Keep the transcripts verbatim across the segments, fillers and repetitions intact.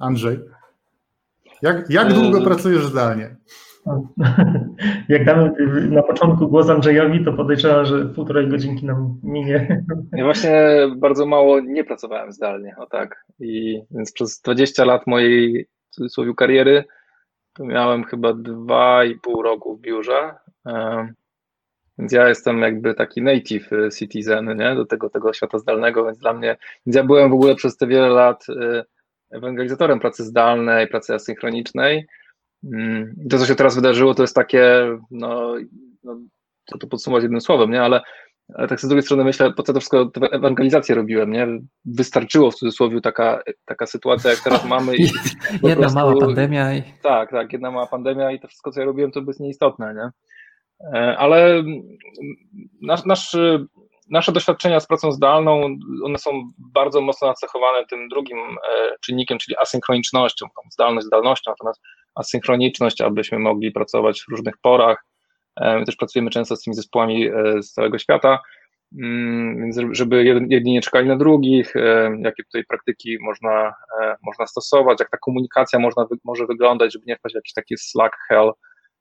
Andrzej, jak, jak długo pracujesz zdalnie? Jak damy na początku głos Andrzejowi, to podejrzewam, że półtorej godzinki nam minie. Ja właśnie bardzo mało nie pracowałem zdalnie, o tak. I więc przez dwadzieścia lat mojej, w cudzysłowie, kariery to miałem chyba dwa i pół roku w biurze. Więc ja jestem jakby taki native citizen, nie? Do tego, tego świata zdalnego, więc dla mnie, więc ja byłem w ogóle przez te wiele lat ewangelizatorem pracy zdalnej, pracy asynchronicznej. To, co się teraz wydarzyło, to jest takie, no, no to, to podsumować jednym słowem, nie? Ale, ale tak z drugiej strony myślę, po co to wszystko tę ewangelizację robiłem, nie? Wystarczyło w cudzysłowie taka, taka sytuacja, jak teraz mamy. I jedna prostu, mała pandemia. I... Tak, tak, jedna mała pandemia i to wszystko, co ja robiłem, to jest nieistotne, nie? Ale nasz, nasz, nasze doświadczenia z pracą zdalną, one są bardzo mocno nacechowane tym drugim czynnikiem, czyli asynchronicznością, tą zdalność zdalnością, natomiast asynchroniczność, abyśmy mogli pracować w różnych porach. My też pracujemy często z tymi zespołami z całego świata, więc żeby jedni nie czekali na drugich, jakie tutaj praktyki można, można stosować, jak ta komunikacja można, może wyglądać, żeby nie wpaść w jakiś taki Slack hell,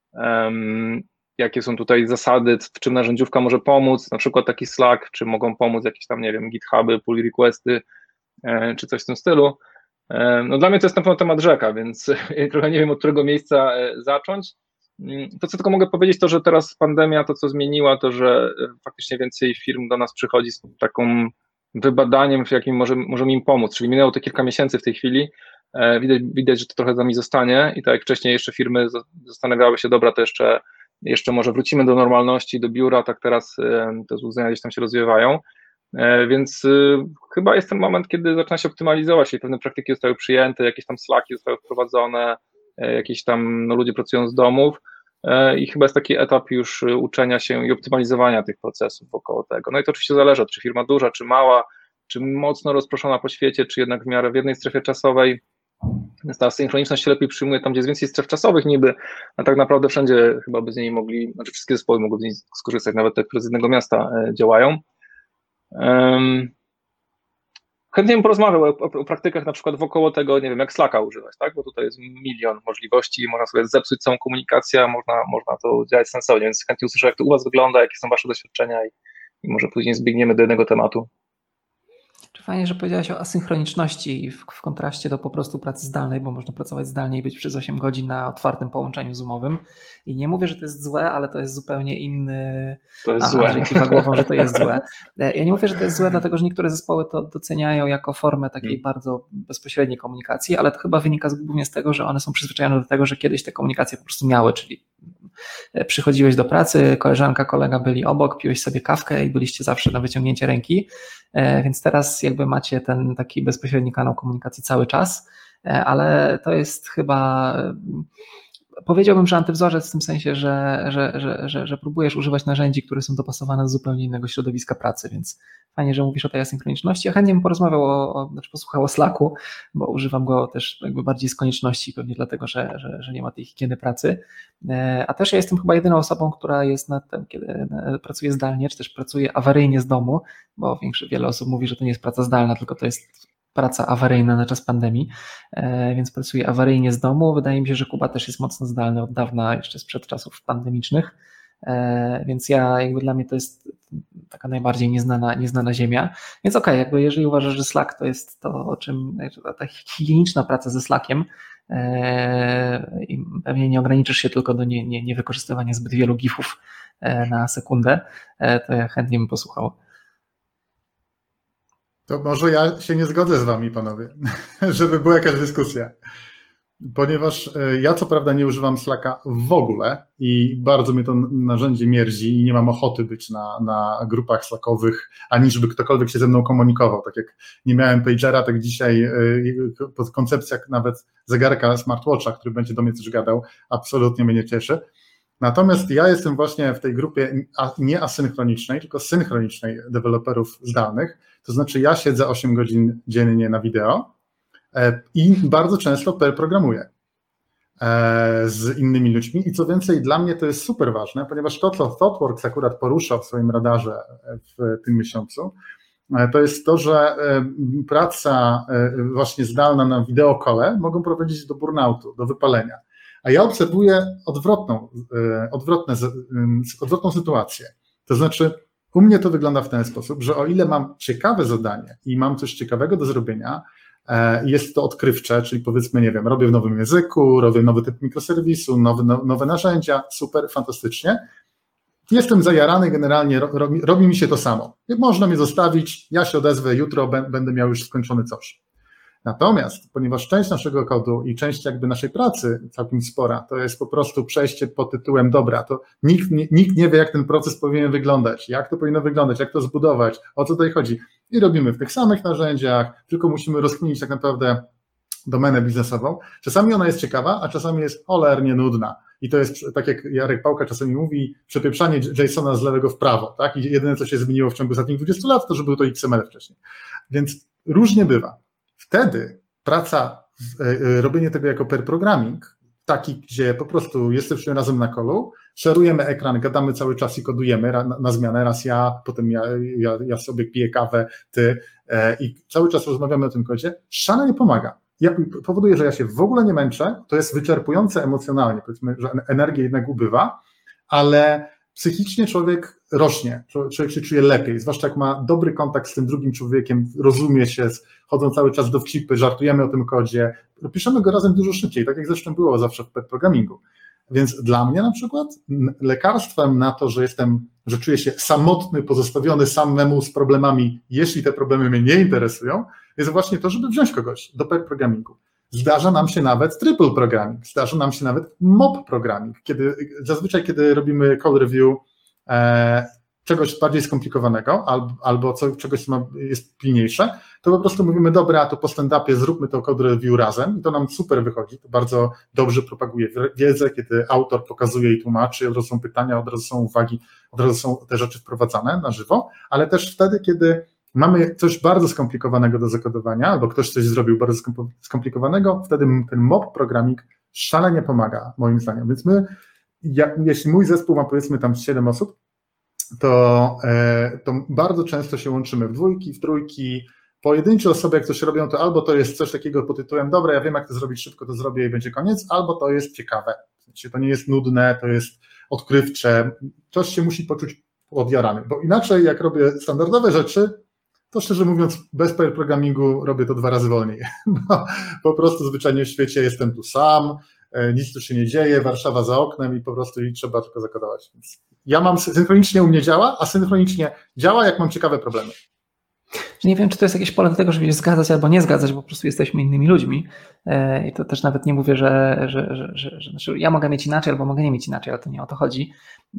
jakie są tutaj zasady, w czym narzędziówka może pomóc, na przykład taki Slack, czy mogą pomóc jakieś tam, nie wiem, GitHuby, pull requesty, czy coś w tym stylu. No dla mnie to jest na pewno temat rzeka, więc trochę nie wiem, od którego miejsca zacząć. To, co tylko mogę powiedzieć, to, że teraz pandemia to, co zmieniła, to, że faktycznie więcej firm do nas przychodzi z taką wybadaniem, w jakim może, możemy im pomóc, czyli minęło to kilka miesięcy w tej chwili, widać, widać, że to trochę za nami zostanie i tak jak wcześniej jeszcze firmy zastanawiały się, dobra, to jeszcze, jeszcze może wrócimy do normalności, do biura, tak teraz te złudzenia gdzieś tam się rozwiewają. Więc y, chyba jest ten moment, kiedy zaczyna się optymalizować, czyli pewne praktyki zostały przyjęte, jakieś tam slacki zostały wprowadzone, y, jakieś tam no, ludzie pracują z domów y, i chyba jest taki etap już uczenia się i optymalizowania tych procesów wokoło tego. No i to oczywiście zależy, czy firma duża, czy mała, czy mocno rozproszona po świecie, czy jednak w miarę w jednej strefie czasowej. Więc ta synchroniczność się lepiej przyjmuje tam, gdzie jest więcej stref czasowych niby, a tak naprawdę wszędzie chyba by z niej mogli, znaczy wszystkie zespoły mogą z niej skorzystać, nawet te, które z jednego miasta y, działają. Um, chętnie bym porozmawiał o, o, o praktykach na przykład wokoło tego, nie wiem, jak Slacka używać, tak? Bo tutaj jest milion możliwości, można sobie zepsuć całą komunikację, można, można to działać sensownie, więc chętnie usłyszę, jak to u was wygląda, jakie są wasze doświadczenia i, i może później zbiegniemy do jednego tematu. Fajnie, że powiedziałeś o asynchroniczności w, w kontraście do po prostu pracy zdalnej, bo można pracować zdalnie i być przez osiem godzin na otwartym połączeniu zoomowym. I nie mówię, że to jest złe, ale to jest zupełnie inny... To jest A, złe. kiwa głową, że to jest złe. Ja nie mówię, że to jest złe, dlatego że niektóre zespoły to doceniają jako formę takiej hmm. bardzo bezpośredniej komunikacji, ale to chyba wynika głównie z tego, że one są przyzwyczajone do tego, że kiedyś te komunikacje po prostu miały, czyli przychodziłeś do pracy, koleżanka, kolega byli obok, piłeś sobie kawkę i byliście zawsze na wyciągnięcie ręki, więc teraz jakby macie ten taki bezpośredni kanał komunikacji cały czas, ale to jest chyba, powiedziałbym, że antywzorzec w tym sensie, że, że, że, że, że próbujesz używać narzędzi, które są dopasowane do zupełnie innego środowiska pracy, więc fajnie, że mówisz o tej asynchroniczności. Ja chętnie bym porozmawiał, o, o, znaczy posłuchał o Slacku, bo używam go też jakby bardziej z konieczności, pewnie dlatego, że, że, że nie ma tej higieny pracy. A też ja jestem chyba jedyną osobą, która jest na tym, kiedy pracuje zdalnie, czy też pracuje awaryjnie z domu, bo większość, wiele osób mówi, że to nie jest praca zdalna, tylko to jest praca awaryjna na czas pandemii, więc pracuję awaryjnie z domu. Wydaje mi się, że Kuba też jest mocno zdalny od dawna, jeszcze sprzed czasów pandemicznych, więc ja jakby dla mnie to jest taka najbardziej nieznana, nieznana ziemia. Więc okej, okay, jakby jeżeli uważasz, że Slack to jest to, o czym ta higieniczna praca ze Slackiem i pewnie nie ograniczysz się tylko do nie, nie, nie wykorzystywania zbyt wielu gifów na sekundę, to ja chętnie bym posłuchał. To może ja się nie zgodzę z wami, panowie, żeby była jakaś dyskusja. Ponieważ ja co prawda nie używam Slacka w ogóle i bardzo mnie to narzędzie mierzi i nie mam ochoty być na, na grupach Slackowych, ani żeby ktokolwiek się ze mną komunikował. Tak jak nie miałem pagera, tak dzisiaj koncepcja nawet zegarka smartwatcha, który będzie do mnie coś gadał, absolutnie mnie nie cieszy. Natomiast ja jestem właśnie w tej grupie nie asynchronicznej, tylko synchronicznej deweloperów zdalnych, to znaczy ja siedzę osiem godzin dziennie na wideo i bardzo często programuję z innymi ludźmi i co więcej dla mnie to jest super ważne, ponieważ to, co ThoughtWorks akurat porusza w swoim radarze w tym miesiącu, to jest to, że praca właśnie zdalna na wideokole mogą prowadzić do burnoutu, do wypalenia. A ja obserwuję odwrotną, odwrotne, odwrotną sytuację. To znaczy, u mnie to wygląda w ten sposób, że o ile mam ciekawe zadanie i mam coś ciekawego do zrobienia, jest to odkrywcze, czyli powiedzmy, nie wiem, robię w nowym języku, robię nowy typ mikroserwisu, nowe, nowe narzędzia, super, fantastycznie. Jestem zajarany, generalnie robi, robi mi się to samo. Można mnie zostawić, ja się odezwę jutro, będę miał już skończony coś. Natomiast, ponieważ część naszego kodu i część jakby naszej pracy, całkiem spora, to jest po prostu przejście pod tytułem dobra, to nikt nie, nikt nie wie, jak ten proces powinien wyglądać, jak to powinno wyglądać, jak to zbudować, o co tutaj chodzi. I robimy w tych samych narzędziach, tylko musimy rozkminić tak naprawdę domenę biznesową. Czasami ona jest ciekawa, a czasami jest cholernie nudna. I to jest, tak jak Jarek Pałka czasami mówi, przepieprzanie JSON-a z lewego w prawo, tak? I jedyne, co się zmieniło w ciągu ostatnich dwudziestu lat, to że był to X M L wcześniej. Więc różnie bywa. Wtedy praca, robienie tego jako pair programming, taki, gdzie po prostu jesteśmy razem na kolu, szerujemy ekran, gadamy cały czas i kodujemy na, na zmianę, raz ja, potem ja, ja, ja sobie piję kawę, ty e, i cały czas rozmawiamy o tym kodzie, szalenie pomaga. Ja, powoduje, że ja się w ogóle nie męczę, to jest wyczerpujące emocjonalnie, powiedzmy, że energia jednak ubywa, ale psychicznie człowiek rośnie, człowiek się czuje lepiej, zwłaszcza jak ma dobry kontakt z tym drugim człowiekiem, rozumie się, chodzą cały czas dowcipy, żartujemy o tym kodzie, piszemy go razem dużo szybciej, tak jak zresztą było zawsze w programingu. Więc dla mnie na przykład lekarstwem na to, że jestem, że czuję się samotny, pozostawiony samemu z problemami, jeśli te problemy mnie nie interesują, jest właśnie to, żeby wziąć kogoś do pair programmingu. Zdarza nam się nawet triple programming, zdarza nam się nawet mob programming, kiedy zazwyczaj kiedy robimy code review e, czegoś bardziej skomplikowanego albo, albo co, czegoś, co ma, jest pilniejsze, to po prostu mówimy, dobra, to po stand-upie zróbmy to code review razem i to nam super wychodzi, to bardzo dobrze propaguje wiedzę, kiedy autor pokazuje i tłumaczy, od razu są pytania, od razu są uwagi, od razu są te rzeczy wprowadzane na żywo, ale też wtedy, kiedy mamy coś bardzo skomplikowanego do zakodowania, albo ktoś coś zrobił bardzo skomplikowanego, wtedy ten mob programming szalenie pomaga, moim zdaniem. Więc my, ja, jeśli mój zespół ma powiedzmy tam siedem osób, to, e, to bardzo często się łączymy w dwójki, w trójki, pojedyncze osoby, jak coś robią, to albo to jest coś takiego pod tytułem, dobra, ja wiem, jak to zrobić szybko, to zrobię i będzie koniec, albo to jest ciekawe, w sensie to nie jest nudne, to jest odkrywcze, ktoś się musi poczuć odjarany, bo inaczej jak robię standardowe rzeczy, to szczerze mówiąc, bez pair programmingu robię to dwa razy wolniej. No, po prostu zwyczajnie w świecie jestem tu sam, nic tu się nie dzieje, Warszawa za oknem i po prostu i trzeba tylko zakodować. Więc ja mam, synchronicznie u mnie działa, a synchronicznie działa, jak mam ciekawe problemy. Nie wiem, czy to jest jakieś pole do tego, żeby się zgadzać albo nie zgadzać, bo po prostu jesteśmy innymi ludźmi i to też nawet nie mówię, że, że, że, że, że znaczy ja mogę mieć inaczej albo mogę nie mieć inaczej, ale to nie o to chodzi.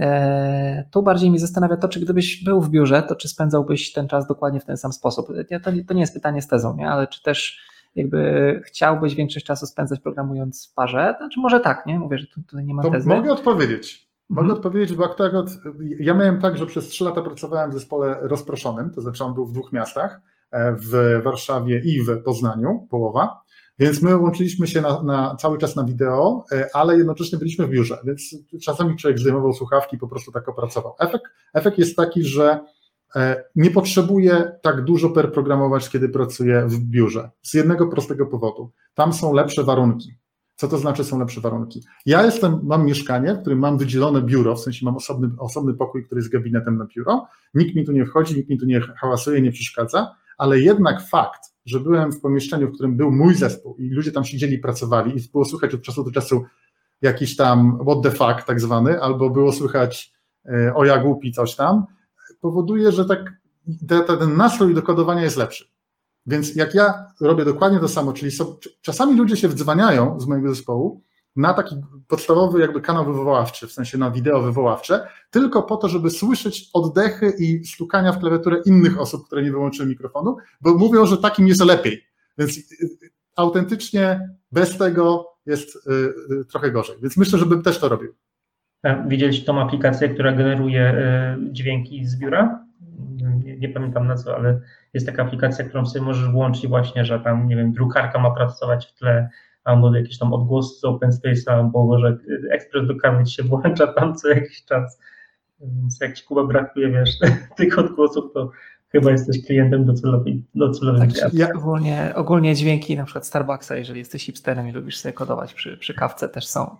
Tu bardziej mnie zastanawia to, czy gdybyś był w biurze, to czy spędzałbyś ten czas dokładnie w ten sam sposób. To nie, to nie jest pytanie z tezą, nie? Ale czy też jakby chciałbyś większość czasu spędzać programując w parze, znaczy może tak, nie? Mówię, że tu, tutaj nie ma to tezy. Mogę odpowiedzieć. Mogę Mhm. odpowiedzieć, bo akurat ja miałem tak, że przez trzy lata pracowałem w zespole rozproszonym, to znaczy on był w dwóch miastach, w Warszawie i w Poznaniu, połowa, więc my łączyliśmy się na, na cały czas na wideo, ale jednocześnie byliśmy w biurze, więc czasami człowiek zdejmował słuchawki i po prostu tak opracował. Efekt, efekt jest taki, że nie potrzebuję tak dużo per programować, kiedy pracuję w biurze, z jednego prostego powodu. Tam są lepsze warunki. Co to znaczy są lepsze warunki? Ja jestem, mam mieszkanie, w którym mam wydzielone biuro, w sensie mam osobny, osobny pokój, który jest gabinetem na biuro, nikt mi tu nie wchodzi, nikt mi tu nie hałasuje, nie przeszkadza, ale jednak fakt, że byłem w pomieszczeniu, w którym był mój zespół i ludzie tam siedzieli i pracowali i było słychać od czasu do czasu jakiś tam what the fuck tak zwany, albo było słychać e, o ja głupi coś tam, powoduje, że tak te, te, ten nastrój do kodowania jest lepszy. Więc jak ja robię dokładnie to samo, czyli so, czasami ludzie się wdzwaniają z mojego zespołu na taki podstawowy jakby kanał wywoławczy, w sensie na wideo wywoławcze, tylko po to, żeby słyszeć oddechy i stukania w klawiaturę innych osób, które nie wyłączyły mikrofonu, bo mówią, że takim jest lepiej. Więc autentycznie bez tego jest y, trochę gorzej. Więc myślę, że bym też to robił. Widzieliście tą aplikację, która generuje y, dźwięki z biura? Nie, nie pamiętam na co, ale jest taka aplikacja, którą sobie możesz włączyć właśnie, że tam, nie wiem, drukarka ma pracować w tle, albo jakiś tam odgłos z open space'a, albo że ekspres do kawy się włącza tam co jakiś czas. Więc jak ci Kuba brakuje, wiesz, tych odgłosów, to chyba jesteś klientem docelowy, docelowym. Tak, ja, ogólnie, ogólnie dźwięki na przykład Starbucksa, jeżeli jesteś hipsterem i lubisz sobie kodować przy, przy kawce, też są.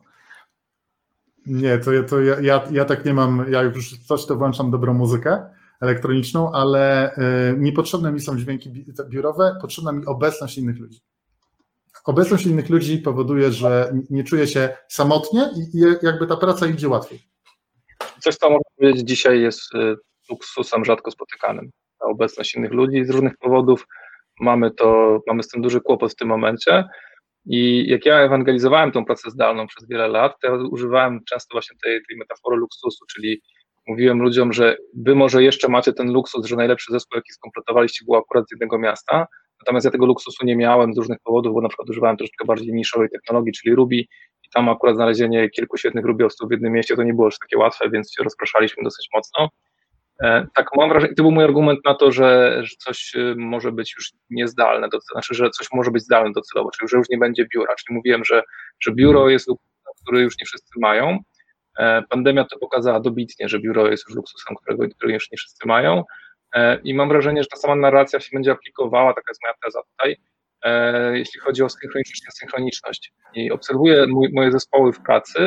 Nie, to, to ja, ja, ja tak nie mam, ja już coś to włączam dobrą muzykę elektroniczną, ale y, niepotrzebne mi są dźwięki biurowe, potrzebna mi obecność innych ludzi. Obecność innych ludzi powoduje, że nie czuję się samotnie i, i jakby ta praca idzie łatwiej. Coś, co można powiedzieć dzisiaj jest luksusem rzadko spotykanym. Ta obecność innych ludzi z różnych powodów. Mamy to, mamy z tym duży kłopot w tym momencie i jak ja ewangelizowałem tą pracę zdalną przez wiele lat, to ja używałem często właśnie tej, tej metafory luksusu, czyli mówiłem ludziom, że wy może jeszcze macie ten luksus, że najlepszy zespół, jaki skompletowaliście, był akurat z jednego miasta, natomiast ja tego luksusu nie miałem z różnych powodów, bo na przykład używałem troszeczkę bardziej niszowej technologii, czyli Ruby i tam akurat znalezienie kilku świetnych Rubyowców w jednym mieście to nie było już takie łatwe, więc się rozpraszaliśmy dosyć mocno. Tak, mam wrażenie, to był mój argument na to, że, że coś może być już niezdalne, to znaczy, że coś może być zdalne docelowo, czyli że już nie będzie biura, czyli mówiłem, że, że biuro jest luksusem, który już nie wszyscy mają. Pandemia to pokazała dobitnie, że biuro jest już luksusem, którego, którego już nie wszyscy mają i mam wrażenie, że ta sama narracja się będzie aplikowała, taka jest moja teza tutaj, jeśli chodzi o synchroniczność i asynchroniczność. I obserwuję mój, moje zespoły w pracy,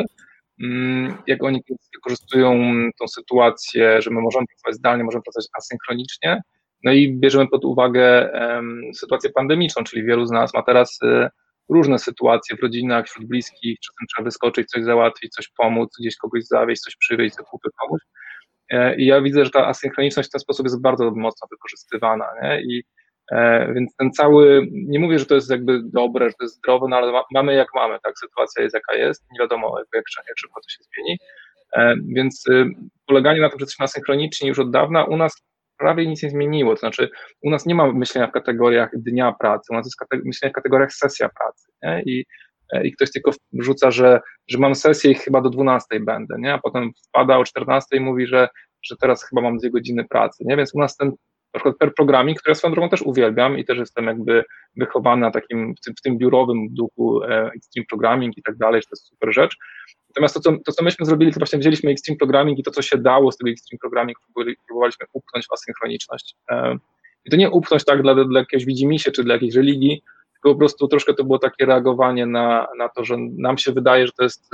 jak oni wykorzystują tą sytuację, że my możemy pracować zdalnie, możemy pracować asynchronicznie, no i bierzemy pod uwagę um, sytuację pandemiczną, czyli wielu z nas ma teraz y, różne sytuacje w rodzinach, wśród bliskich, czasem trzeba wyskoczyć, coś załatwić, coś pomóc, gdzieś kogoś zawieźć, coś przywieźć, zakupy komuś. E, I ja widzę, że ta asynchroniczność w ten sposób jest bardzo mocno wykorzystywana, nie? I e, więc ten cały, nie mówię, że to jest jakby dobre, że to jest zdrowe, no ale ma, mamy jak mamy, tak, sytuacja jest jaka jest, nie wiadomo jak, jak szybko to się zmieni, e, więc y, poleganie na tym, że jesteśmy asynchroniczni już od dawna, u nas prawie nic nie zmieniło, to znaczy u nas nie ma myślenia w kategoriach dnia pracy, u nas jest kate- myślenia w kategoriach sesja pracy, nie? I, i ktoś tylko wrzuca, że, że mam sesję i chyba do dwunastej będę, nie? A potem wpada o czternastej i mówi, że, że teraz chyba mam dwie godziny pracy, nie? Więc u nas ten na przykład pair programming, który ja swoją drogą też uwielbiam i też jestem jakby wychowany na takim, w tym, w tym biurowym duchu e, extreme programming i tak dalej, że to jest super rzecz. Natomiast to co, to, co myśmy zrobili, to właśnie wzięliśmy extreme programming i to, co się dało z tego extreme programming, próbowaliśmy upchnąć w asynchroniczność. I to nie upchnąć tak dla, dla jakiegoś widzimisię czy dla jakiejś religii, tylko po prostu troszkę to było takie reagowanie na, na to, że nam się wydaje, że to jest,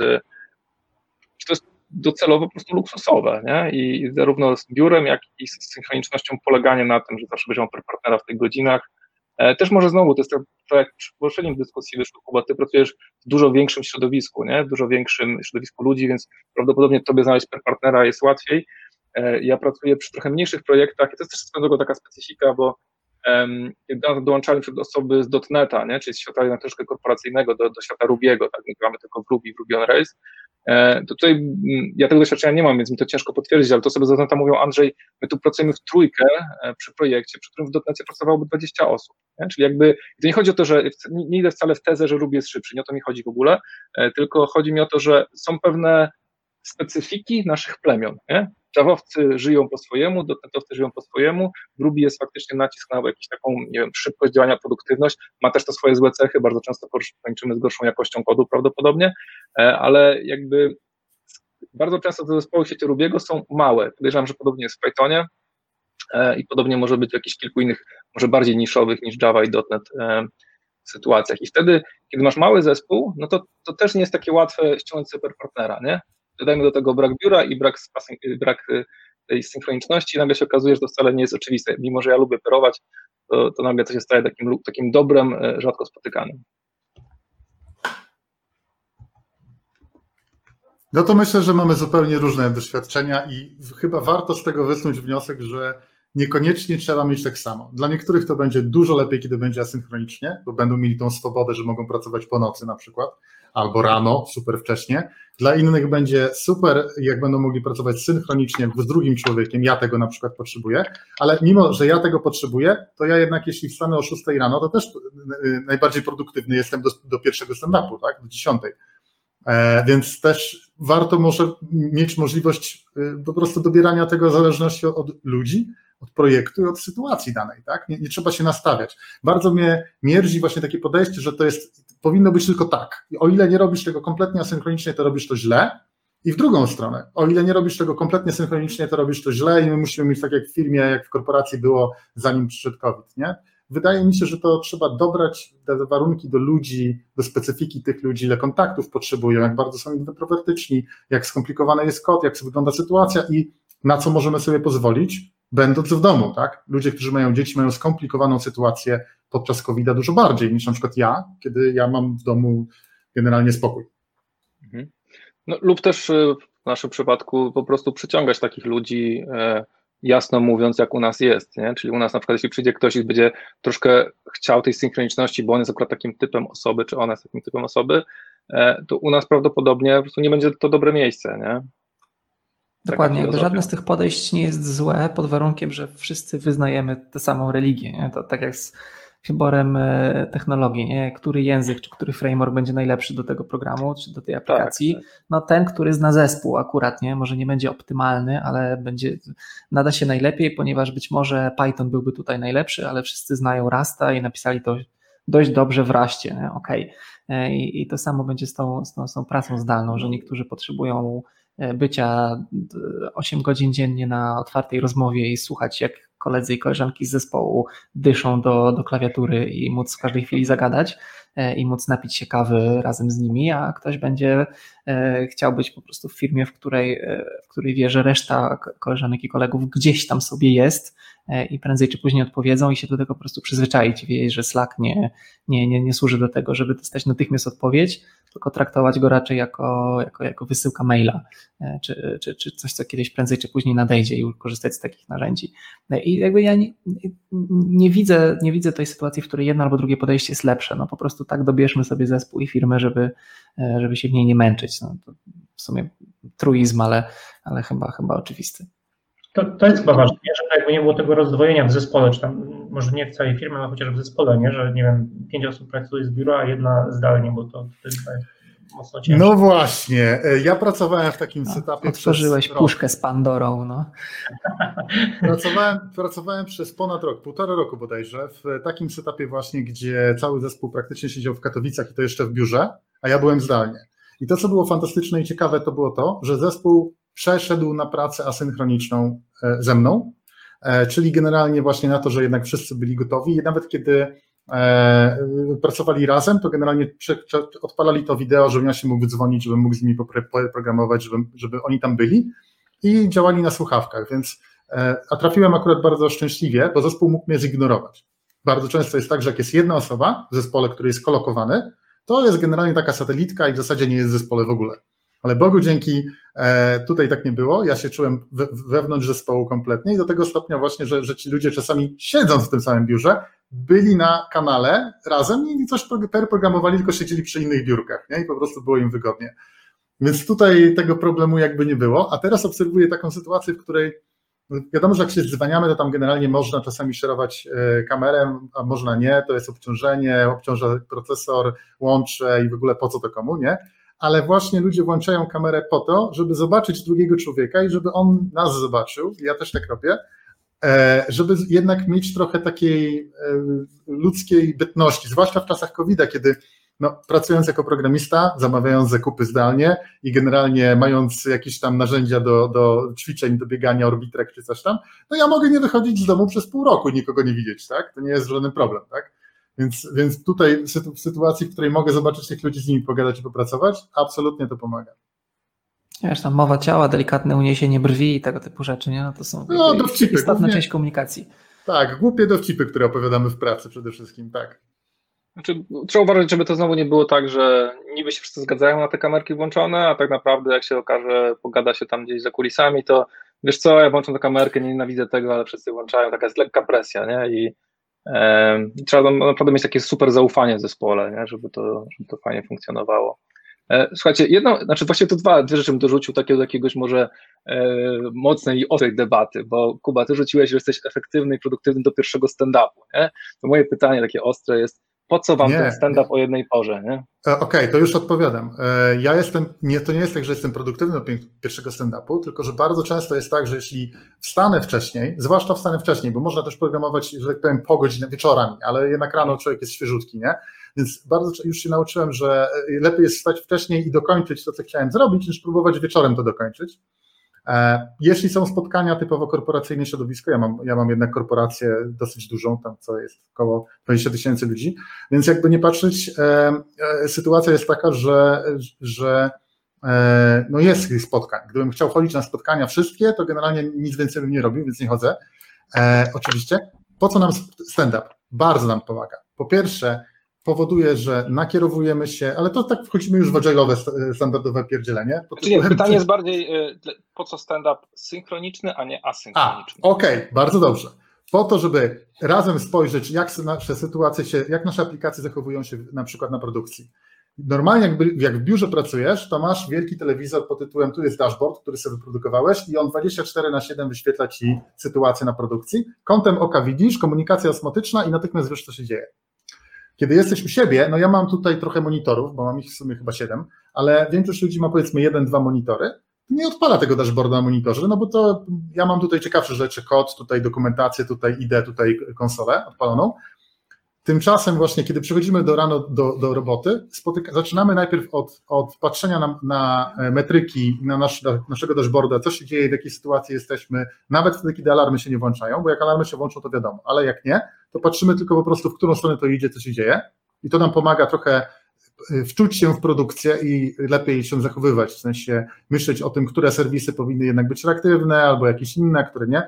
że to jest docelowo po prostu luksusowe, nie? I zarówno z biurem, jak i z synchronicznością poleganie na tym, że zawsze będziemy partnera w tych godzinach. Też może znowu, to jest to, jak przy poprzednim dyskusji wyszło, Kuba, ty pracujesz w dużo większym środowisku, nie? W dużo większym środowisku ludzi, więc prawdopodobnie tobie znaleźć partnera jest łatwiej. Ja pracuję przy trochę mniejszych projektach i to jest też swoją drogą taka specyfika, bo um, dołączali przed osoby z dotneta, nie? Czyli z świata na troszkę korporacyjnego do, do świata Rubiego, tak? My gramy tylko w Ruby, w Ruby on Rails. To tutaj ja tego doświadczenia nie mam, więc mi to ciężko potwierdzić, ale to sobie z dotneta mówią, Andrzej, my tu pracujemy w trójkę przy projekcie, przy którym w dotnecie pracowałoby dwadzieścia osób, nie? Czyli jakby, to nie chodzi o to, że nie idę wcale w tezę, że Ruby jest szybszy, nie o to mi chodzi w ogóle, tylko chodzi mi o to, że są pewne specyfiki naszych plemion, nie? Javowcy żyją po swojemu, dotnetowcy żyją po swojemu, w Ruby jest faktycznie nacisk na jakąś taką, nie wiem, szybkość działania, produktywność, ma też to swoje złe cechy, bardzo często kończymy z gorszą jakością kodu prawdopodobnie, ale jakby bardzo często te zespoły w sieci Rubiego są małe, podejrzewam, że podobnie jest w Pythonie i podobnie może być w jakichś kilku innych, może bardziej niszowych niż Java i .NET sytuacjach i wtedy, kiedy masz mały zespół, no to, to też nie jest takie łatwe ściągnąć super partnera, nie? Dodajmy do tego brak biura i brak, brak tej synchroniczności i nagle się okazuje, że to wcale nie jest oczywiste. Mimo że ja lubię perować, to, to nagle to się staje takim, takim dobrem rzadko spotykanym. No to myślę, że mamy zupełnie różne doświadczenia i chyba warto z tego wysnuć wniosek, że niekoniecznie trzeba mieć tak samo. Dla niektórych to będzie dużo lepiej, kiedy będzie asynchronicznie, bo będą mieli tą swobodę, że mogą pracować po nocy na przykład, albo rano, super wcześnie. Dla innych będzie super, jak będą mogli pracować synchronicznie z drugim człowiekiem, ja tego na przykład potrzebuję, ale mimo, że ja tego potrzebuję, to ja jednak jeśli wstanę o szóstej rano, to też najbardziej produktywny jestem do, do pierwszego stand-upu, tak, do dziesiątej. E, więc też warto może mieć możliwość y, po prostu dobierania tego w zależności od, od ludzi, od projektu i od sytuacji danej, tak? Nie, nie trzeba się nastawiać. Bardzo mnie mierzi właśnie takie podejście, że to jest, powinno być tylko tak. I o ile nie robisz tego kompletnie asynchronicznie, to robisz to źle, I w drugą stronę, o ile nie robisz tego kompletnie synchronicznie, to robisz to źle i my musimy mieć tak jak w firmie, jak w korporacji było, zanim przyszedł COVID, nie? Wydaje mi się, że to trzeba dobrać te warunki do ludzi, do specyfiki tych ludzi, ile kontaktów potrzebują, jak bardzo są introwertyczni, jak skomplikowany jest kod, jak wygląda sytuacja i na co możemy sobie pozwolić, będąc w domu, tak? Ludzie, którzy mają dzieci, mają skomplikowaną sytuację podczas kowida dużo bardziej niż na przykład ja, kiedy ja mam w domu generalnie spokój. Mhm. No, lub też w naszym przypadku po prostu przyciągać takich ludzi, e, jasno mówiąc, jak u nas jest, nie? Czyli u nas na przykład, jeśli przyjdzie ktoś i będzie troszkę chciał tej synchroniczności, bo on jest akurat takim typem osoby, czy ona jest takim typem osoby, e, to u nas prawdopodobnie po prostu nie będzie to dobre miejsce, nie? Dokładnie, jakby żadne z tych podejść nie jest złe pod warunkiem, że wszyscy wyznajemy tę samą religię, nie? To tak jak z wyborem technologii, nie? Który język czy który framework będzie najlepszy do tego programu czy do tej aplikacji, tak, tak. No ten, który zna zespół akurat, nie? Może nie będzie optymalny, ale będzie, nada się najlepiej, ponieważ być może Python byłby tutaj najlepszy, ale wszyscy znają Rasta i napisali to dość dobrze w Raście, nie? Okej. I, I to samo będzie z tą, z, tą, z tą pracą zdalną, że niektórzy potrzebują bycia osiem godzin dziennie na otwartej rozmowie i słuchać, jak koledzy i koleżanki z zespołu dyszą do, do klawiatury i móc w każdej chwili zagadać i móc napić się kawy razem z nimi, a ktoś będzie chciał być po prostu w firmie, w której, w której wie, że reszta koleżanek i kolegów gdzieś tam sobie jest i prędzej czy później odpowiedzą i się do tego po prostu przyzwyczaić i wiedzieć, że Slack nie, nie, nie, nie służy do tego, żeby dostać natychmiast odpowiedź, tylko traktować go raczej jako, jako, jako wysyłka maila, czy, czy, czy coś, co kiedyś prędzej czy później nadejdzie i korzystać z takich narzędzi. I jakby ja nie, nie, widzę, nie widzę tej sytuacji, w której jedno albo drugie podejście jest lepsze. No po prostu tak dobierzmy sobie zespół i firmę, żeby, żeby się w niej nie męczyć. No, to w sumie truizm, ale, ale chyba, chyba oczywisty. To, to jest chyba ważne, nie? Żeby jakby nie było tego rozdwojenia w zespole, czy tam może nie w całej firmie, ale chociaż w zespole, nie? Że nie wiem, pięć osób pracuje z biura, a jedna zdalnie, bo to, to jest mocno ciężko. No właśnie, ja pracowałem w takim no, setupie. Otworzyłeś puszkę z Pandorą, no. Pracowałem, pracowałem przez ponad rok, półtora roku bodajże, w takim setupie właśnie, gdzie cały zespół praktycznie siedział w Katowicach i to jeszcze w biurze, a ja byłem zdalnie. I to, co było fantastyczne i ciekawe, to było to, że zespół przeszedł na pracę asynchroniczną ze mną, czyli generalnie właśnie na to, że jednak wszyscy byli gotowi i nawet kiedy pracowali razem, to generalnie odpalali to wideo, żebym ja się mógł dzwonić, żebym mógł z nimi poprogramować, żeby, żeby oni tam byli i działali na słuchawkach, więc a trafiłem akurat bardzo szczęśliwie, bo zespół mógł mnie zignorować. Bardzo często jest tak, że jak jest jedna osoba w zespole, który jest kolokowany, to jest generalnie taka satelitka i w zasadzie nie jest w zespole w ogóle. Ale Bogu dzięki tutaj tak nie było, ja się czułem wewnątrz zespołu kompletnie i do tego stopnia właśnie, że, że ci ludzie czasami siedząc w tym samym biurze, byli na kanale razem i coś programowali, tylko siedzieli przy innych biurkach, nie? I po prostu było im wygodnie. Więc tutaj tego problemu jakby nie było, a teraz obserwuję taką sytuację, w której wiadomo, że jak się dzwaniamy, to tam generalnie można czasami szerować kamerę, a można nie, to jest obciążenie, obciąża procesor, łącze i w ogóle po co to komu, nie? Ale właśnie ludzie włączają kamerę po to, żeby zobaczyć drugiego człowieka i żeby on nas zobaczył, ja też tak robię, żeby jednak mieć trochę takiej ludzkiej bytności, zwłaszcza w czasach kowida, kiedy no, pracując jako programista, zamawiając zakupy zdalnie i generalnie mając jakieś tam narzędzia do, do ćwiczeń, do biegania, orbitrek czy coś tam, no ja mogę nie wychodzić z domu przez pół roku i nikogo nie widzieć, tak? To nie jest żaden problem, tak? Więc, więc tutaj w sytuacji, w której mogę zobaczyć tych ludzi, z nimi pogadać i popracować, absolutnie to pomaga. Wiesz, tam mowa ciała, delikatne uniesienie brwi i tego typu rzeczy, nie? No to są no, dowcipy, istotna głównie, część komunikacji. Tak, głupie dowcipy, które opowiadamy w pracy przede wszystkim, tak. Znaczy, trzeba uważać, żeby to znowu nie było tak, że niby się wszyscy zgadzają na te kamerki włączone, a tak naprawdę jak się okaże, pogada się tam gdzieś za kulisami, to wiesz co, ja włączam tę kamerkę, nie nienawidzę tego, ale wszyscy włączają, taka jest lekka presja, nie? I e, trzeba naprawdę mieć takie super zaufanie w zespole, nie? Żeby to, żeby to fajnie funkcjonowało. E, słuchajcie, jedno, znaczy właściwie to dwa, dwie rzeczy bym dorzucił takiego do jakiegoś może e, mocnej i ostrej debaty, bo Kuba, ty rzuciłeś, że jesteś efektywny i produktywny do pierwszego stand-upu, nie? To moje pytanie takie ostre jest, po co wam nie, ten stand-up o jednej porze, nie? Okej, okay, to już odpowiadam. Ja jestem, nie, to nie jest tak, że jestem produktywny do pierwszego stand-upu, tylko że bardzo często jest tak, że jeśli wstanę wcześniej, zwłaszcza wstanę wcześniej, bo można też programować, że tak powiem, po godzinę, wieczorami, ale jednak rano człowiek jest świeżutki, nie? Więc bardzo już się nauczyłem, że lepiej jest wstać wcześniej i dokończyć to, co chciałem zrobić, niż próbować wieczorem to dokończyć. Jeśli są spotkania typowo korporacyjne środowisko, ja mam, ja mam jednak korporację dosyć dużą, tam co jest około dwadzieścia tysięcy ludzi, więc jakby nie patrzeć, e, e, sytuacja jest taka, że, że e, no jest tych spotkań. Gdybym chciał chodzić na spotkania wszystkie, to generalnie nic więcej bym nie robił, więc nie chodzę. E, oczywiście. Po co nam stand-up? Bardzo nam pomaga. Po pierwsze, powoduje, że nakierowujemy się, ale to tak wchodzimy już w agile'owe, standardowe pierdzielenie. Czyli nie, pytanie jest bardziej, po co stand-up synchroniczny, a nie asynchroniczny? Okej, okay, bardzo dobrze. Po to, żeby razem spojrzeć, jak nasze sytuacje się, jak nasze aplikacje zachowują się na przykład na produkcji. Normalnie jakby, jak w biurze pracujesz, to masz wielki telewizor pod tytułem, tu jest dashboard, który sobie wyprodukowałeś i on dwadzieścia cztery na siedem wyświetla ci sytuację na produkcji. Kątem oka widzisz, komunikacja osmotyczna i natychmiast wiesz, co się dzieje. Kiedy jesteś u siebie, no ja mam tutaj trochę monitorów, bo mam ich w sumie chyba siedem, ale większość ludzi ma powiedzmy jeden, dwa monitory, nie odpala tego dashboarda na monitorze, no bo to ja mam tutaj ciekawsze rzeczy, kod, tutaj dokumentację, tutaj I D, tutaj konsolę odpaloną. Tymczasem właśnie, kiedy przychodzimy do rano do, do roboty, spotyka, zaczynamy najpierw od, od patrzenia na, na metryki, na nasz, naszego dashboarda, co się dzieje, w jakiej sytuacji jesteśmy, nawet wtedy, kiedy alarmy się nie włączają, bo jak alarmy się włączą, to wiadomo, ale jak nie, to patrzymy tylko po prostu, w którą stronę to idzie, co się dzieje i to nam pomaga trochę wczuć się w produkcję i lepiej się zachowywać, w sensie myśleć o tym, które serwisy powinny jednak być reaktywne, albo jakieś inne, które nie.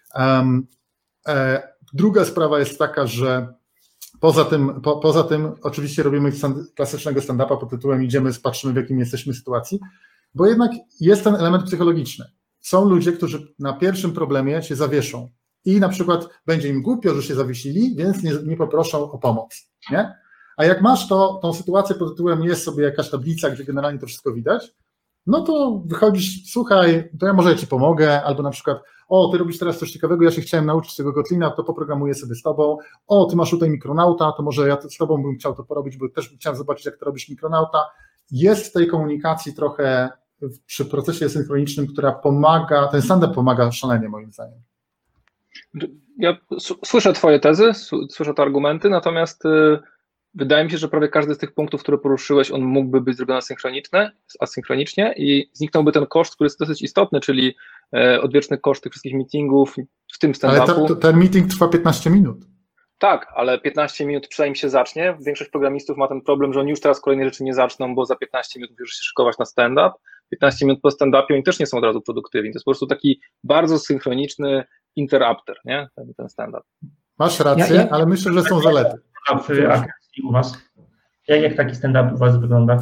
Um, e, druga sprawa jest taka, że Poza tym, po, poza tym oczywiście robimy stand, klasycznego stand-upa pod tytułem idziemy, patrzymy, w jakim jesteśmy sytuacji, bo jednak jest ten element psychologiczny. Są ludzie, którzy na pierwszym problemie się zawieszą i na przykład będzie im głupio, że się zawiesili, więc nie, nie poproszą o pomoc, nie? A jak masz to, tą sytuację pod tytułem jest sobie jakaś tablica, gdzie generalnie to wszystko widać, no to wychodzisz, słuchaj, to ja może ja ci pomogę, albo na przykład o, ty robisz teraz coś ciekawego, ja się chciałem nauczyć tego Kotlina, to poprogramuję sobie z tobą, o, ty masz tutaj Mikronauta, to może ja z tobą bym chciał to porobić, bo też chciałem zobaczyć, jak to robisz Mikronauta. Jest w tej komunikacji trochę przy procesie synchronicznym, która pomaga, ten stand-up pomaga szalenie moim zdaniem. Ja słyszę twoje tezy, słyszę te argumenty, natomiast wydaje mi się, że prawie każdy z tych punktów, które poruszyłeś, on mógłby być zrobiony asynchronicznie, asynchronicznie i zniknąłby ten koszt, który jest dosyć istotny, czyli odwieczny koszt tych wszystkich meetingów, w tym stand-upu. Ale ta, ten meeting trwa piętnaście minut. Tak, ale piętnaście minut przynajmniej się zacznie. Większość programistów ma ten problem, że oni już teraz kolejne rzeczy nie zaczną, bo za piętnaście minut musisz się szykować na stand-up. piętnaście minut po stand-upie oni też nie są od razu produktywni. To jest po prostu taki bardzo synchroniczny interrupter, nie? Ten, ten stand-up. Masz rację, ja, ja... ale myślę, że są zalety. U was? Jak, jak taki stand-up u was wygląda?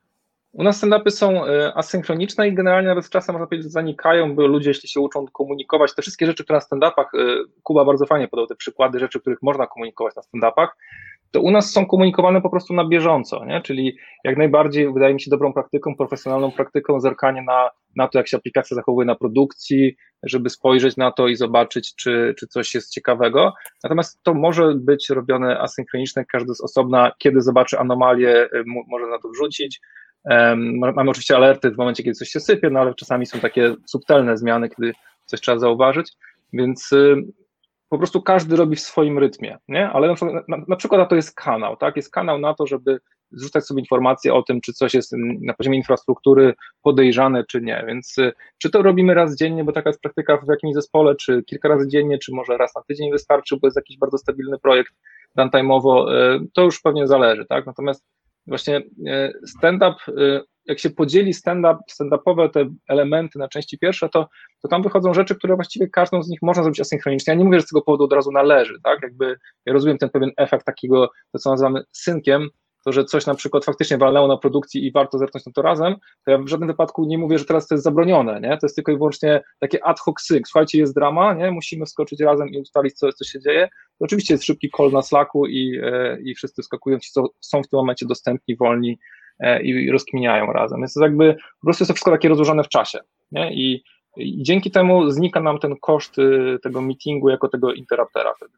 U nas stand-upy są asynchroniczne i generalnie nawet z czasem można powiedzieć, że zanikają, bo ludzie, jeśli się uczą komunikować, te wszystkie rzeczy, które na stand-upach, Kuba bardzo fajnie podał te przykłady rzeczy, których można komunikować na stand-upach, to u nas są komunikowane po prostu na bieżąco, nie? Czyli jak najbardziej wydaje mi się dobrą praktyką, profesjonalną praktyką zerkanie na, na to, jak się aplikacja zachowuje na produkcji, żeby spojrzeć na to i zobaczyć, czy, czy coś jest ciekawego. Natomiast to może być robione asynchroniczne, każdy z osobna, kiedy zobaczy anomalię, może na to wrzucić. Um, mamy oczywiście alerty w momencie, kiedy coś się sypie, no ale czasami są takie subtelne zmiany, kiedy coś trzeba zauważyć, więc y, po prostu każdy robi w swoim rytmie, nie? Ale na przykład, na, na przykład na to jest kanał, tak? Jest kanał na to, żeby zrzucać sobie informacje o tym, czy coś jest na poziomie infrastruktury podejrzane, czy nie, więc y, czy to robimy raz dziennie, bo taka jest praktyka w jakimś zespole, czy kilka razy dziennie, czy może raz na tydzień wystarczy, bo jest jakiś bardzo stabilny projekt runtime'owo, y, to już pewnie zależy, tak? Natomiast właśnie stand-up, jak się podzieli stand-up, stand-upowe te elementy na części pierwsze, to, to tam wychodzą rzeczy, które właściwie każdą z nich można zrobić asynchronicznie. Ja nie mówię, że z tego powodu od razu należy, tak? Jakby ja rozumiem ten pewien efekt takiego, to co nazywamy synkiem, to, że coś na przykład faktycznie walnęło na produkcji i warto zerknąć na to razem, to ja w żadnym wypadku nie mówię, że teraz to jest zabronione, nie? To jest tylko i wyłącznie takie ad hoc sync. Słuchajcie, jest drama, nie? Musimy wskoczyć razem i ustalić, co, co się dzieje. To oczywiście jest szybki call na Slacku i, i wszyscy wskakują ci, co są w tym momencie dostępni, wolni i rozkminiają razem. Więc to jakby po prostu jest to wszystko takie rozłożone w czasie, nie? I, i dzięki temu znika nam ten koszt tego meetingu jako tego interruptera wtedy.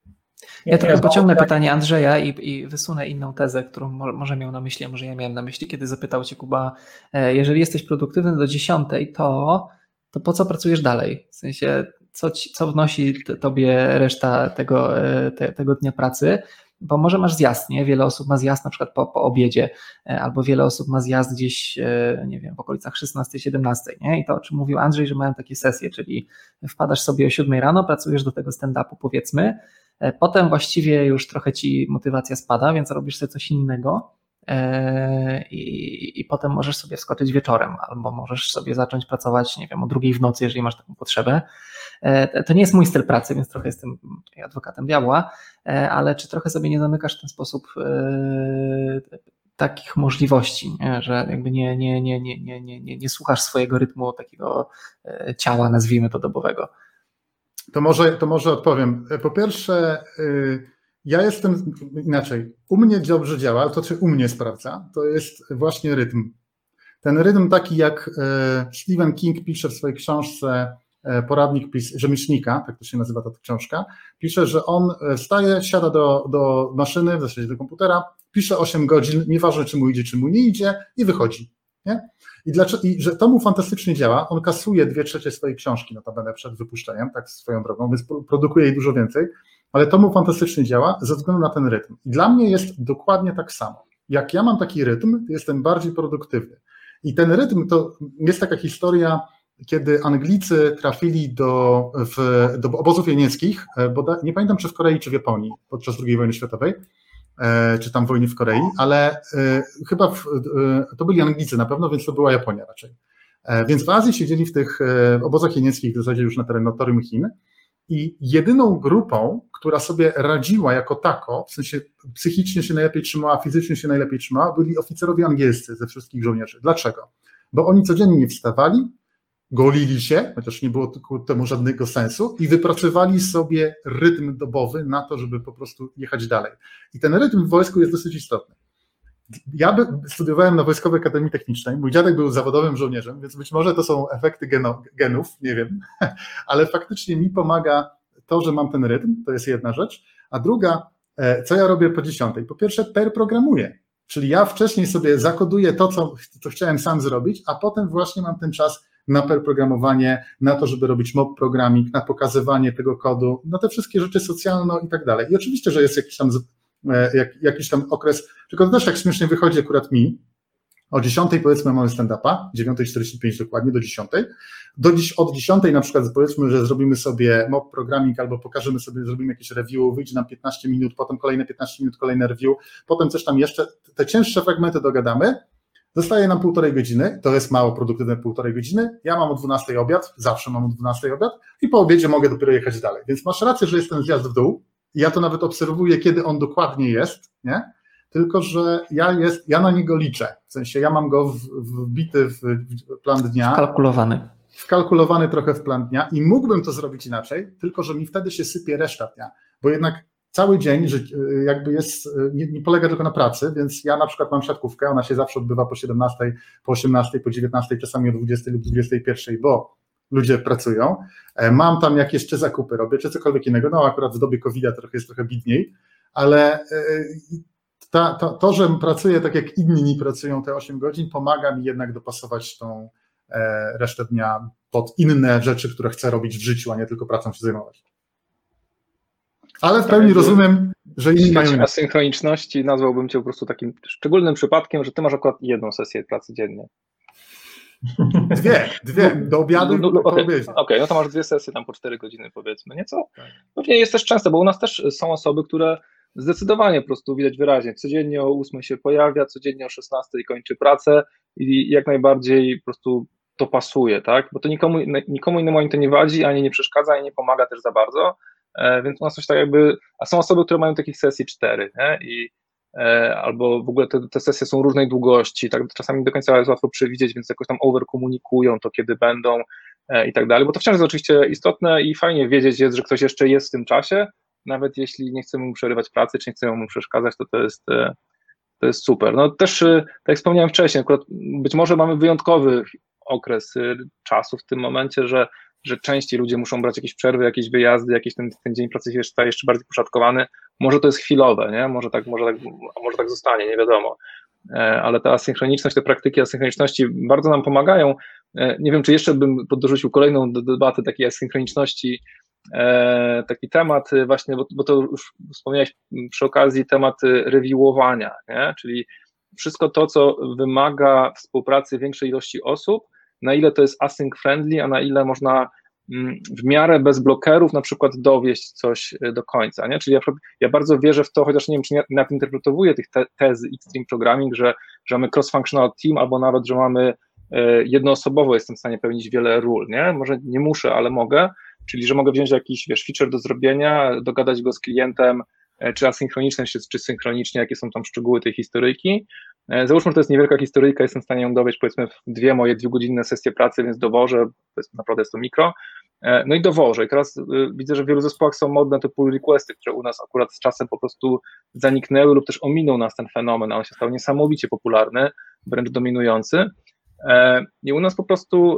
Ja trochę pociągnę pytanie Andrzeja i, i wysunę inną tezę, którą może miał na myśli, a może ja miałem na myśli, kiedy zapytał cię, Kuba, jeżeli jesteś produktywny do dziesiątej, to, to po co pracujesz dalej? W sensie, co, ci, co wnosi tobie reszta tego, te, tego dnia pracy? bo może masz zjazd, nie? Wiele osób ma zjazd na przykład po, po obiedzie, albo wiele osób ma zjazd gdzieś, nie wiem, w okolicach szesnastej siedemnastej, nie? I to, o czym mówił Andrzej, że mają takie sesje, czyli wpadasz sobie o siódmej rano, pracujesz do tego stand-upu powiedzmy, potem właściwie już trochę ci motywacja spada, więc robisz sobie coś innego, I, i potem możesz sobie wskoczyć wieczorem, albo możesz sobie zacząć pracować, nie wiem, o drugiej w nocy, jeżeli masz taką potrzebę. To nie jest mój styl pracy, więc trochę jestem adwokatem diabła, ale czy trochę sobie nie zamykasz w ten sposób takich możliwości, nie? Że jakby nie, nie, nie, nie, nie, nie, nie, nie słuchasz swojego rytmu takiego ciała, nazwijmy to dobowego? To może, to może odpowiem. Po pierwsze, ja jestem inaczej. U mnie dobrze działa, ale to, czy u mnie sprawdza, to jest właśnie rytm. Ten rytm taki, jak Stephen King pisze w swojej książce Poradnik rzemieślnika, tak to się nazywa ta książka, pisze, że on wstaje, siada do, do maszyny, w zasadzie do komputera, pisze osiem godzin, nieważne czy mu idzie, czy mu nie idzie i wychodzi. Nie? I, dlaczego, I że to mu fantastycznie działa, on kasuje dwie trzecie swojej książki notabene przed wypuszczeniem, tak swoją drogą, więc produkuje jej dużo więcej, ale to mu fantastycznie działa ze względu na ten rytm. I dla mnie jest dokładnie tak samo. Jak ja mam taki rytm, to jestem bardziej produktywny. I ten rytm to jest taka historia, kiedy Anglicy trafili do, w, do obozów jenieckich, bo nie pamiętam czy w Korei, czy w Japonii podczas drugiej wojny światowej, czy tam wojny w Korei, ale chyba w, to byli Anglicy na pewno, więc to była Japonia raczej. Więc w Azji siedzieli w tych obozach jenieckich w zasadzie już na terytorium Chin i jedyną grupą, która sobie radziła jako tako, w sensie psychicznie się najlepiej trzymała, fizycznie się najlepiej trzymała, byli oficerowie angielscy ze wszystkich żołnierzy. Dlaczego? Bo oni codziennie wstawali, golili się, chociaż nie było temu żadnego sensu i wypracowali sobie rytm dobowy na to, żeby po prostu jechać dalej. I ten rytm w wojsku jest dosyć istotny. Ja studiowałem na Wojskowej Akademii Technicznej, mój dziadek był zawodowym żołnierzem, więc być może to są efekty geno, genów, nie wiem, ale faktycznie mi pomaga to, że mam ten rytm, to jest jedna rzecz, a druga, co ja robię po dziesiątej? Po pierwsze perprogramuję, czyli ja wcześniej sobie zakoduję to, co, co chciałem sam zrobić, a potem właśnie mam ten czas na perprogramowanie, na to, żeby robić mob programming, na pokazywanie tego kodu, na te wszystkie rzeczy socjalne i tak dalej. I oczywiście, że jest jakiś tam, jak, jakiś tam okres, tylko to też tak śmiesznie wychodzi akurat mi, o dziesiątej powiedzmy mamy stand-upa, dziewiąta czterdzieści pięć dokładnie do dziesiątej. Do dziś, od dziesiątej na przykład powiedzmy, że zrobimy sobie mob programming albo pokażemy sobie, zrobimy jakieś review, wyjdzie nam piętnaście minut, potem kolejne piętnaście minut, kolejne review, potem coś tam jeszcze, te cięższe fragmenty dogadamy. Zostaje nam półtorej godziny, to jest mało produktywne półtorej godziny, ja mam o dwunastej obiad, zawsze mam o dwunastej obiad i po obiedzie mogę dopiero jechać dalej. Więc masz rację, że jest ten zjazd w dół i ja to nawet obserwuję, kiedy on dokładnie jest, nie? Tylko że ja, jest, ja na niego liczę, w sensie ja mam go w, wbity w plan dnia. Wkalkulowany. Wkalkulowany trochę w plan dnia i mógłbym to zrobić inaczej, tylko że mi wtedy się sypie reszta dnia, bo jednak cały dzień że jakby jest, nie, nie polega tylko na pracy, więc ja na przykład mam siatkówkę, ona się zawsze odbywa po siedemnastej, po osiemnastej, po dziewiętnastej, czasami o dwudziestej lub dwudziestej pierwszej, bo ludzie pracują. Mam tam jakieś jeszcze zakupy robię, czy cokolwiek innego, no akurat w dobie kowida trochę jest trochę bidniej, ale ta, to, to, że pracuję tak jak inni pracują te osiem godzin, pomaga mi jednak dopasować tą resztę dnia pod inne rzeczy, które chcę robić w życiu, a nie tylko pracą się zajmować. Ale w pełni rozumiem, że inni mają... asynchroniczności nazwałbym cię po prostu takim szczególnym przypadkiem, że ty masz akurat jedną sesję pracy dziennie. Dwie, dwie, do obiadu no, i po okay, obiedzie. Okej, okay, no to masz dwie sesje tam po cztery godziny powiedzmy, nieco? Pewnie jest też często, bo u nas też są osoby, które zdecydowanie po prostu widać wyraźnie, codziennie o ósmej się pojawia, codziennie o szesnastej kończy pracę i jak najbardziej po prostu to pasuje, tak? Bo to nikomu, nikomu innemu ani to nie wadzi, ani nie przeszkadza, ani nie pomaga też za bardzo. Więc u nas coś tak jakby, a są osoby, które mają takich sesji cztery, nie? I e, albo w ogóle te, te sesje są różnej długości, tak czasami nie do końca jest łatwo przewidzieć, więc jakoś tam overkomunikują to, kiedy będą e, i tak dalej, bo to wciąż jest oczywiście istotne i fajnie wiedzieć jest, że ktoś jeszcze jest w tym czasie, nawet jeśli nie chcemy mu przerywać pracy, czy nie chcemy mu przeszkadzać, to to jest, e, to jest super. No też, e, tak jak wspomniałem wcześniej, akurat być może mamy wyjątkowy okres e, czasu w tym momencie, że że częściej ludzie muszą brać jakieś przerwy, jakieś wyjazdy, jakiś ten, ten dzień pracy się staje jeszcze bardziej poszatkowany. Może to jest chwilowe, nie? Może tak, może tak, może tak zostanie, nie wiadomo. Ale ta asynchroniczność, te praktyki asynchroniczności bardzo nam pomagają. Nie wiem, czy jeszcze bym podrzucił kolejną debatę takiej asynchroniczności taki temat właśnie, bo, bo to już wspomniałeś przy okazji, temat reviewowania, nie? Czyli wszystko to, co wymaga współpracy większej ilości osób, na ile to jest async friendly, a na ile można w miarę bez blokerów na przykład dowieść coś do końca, nie? Czyli ja, ja bardzo wierzę w to, chociaż nie wiem, czy nadinterpretowuję tych te, tezy Extreme Programming, że, że mamy cross-functional team, albo nawet, że mamy jednoosobowo jestem w stanie pełnić wiele ról, nie? Może nie muszę, ale mogę, czyli że mogę wziąć jakiś, wiesz, feature do zrobienia, dogadać go z klientem, czy asynchronicznie, czy, czy synchronicznie, jakie są tam szczegóły tej historyjki. Załóżmy, że to jest niewielka historyjka, jestem w stanie ją dowieść, powiedzmy, w dwie moje dwugodzinne sesje pracy, więc dowożę, powiedzmy, naprawdę jest to mikro, no i dowożę. I teraz widzę, że w wielu zespołach są modne te pull requesty, które u nas akurat z czasem po prostu zaniknęły lub też ominął nas ten fenomen, a on się stał niesamowicie popularny, wręcz dominujący. I u nas po prostu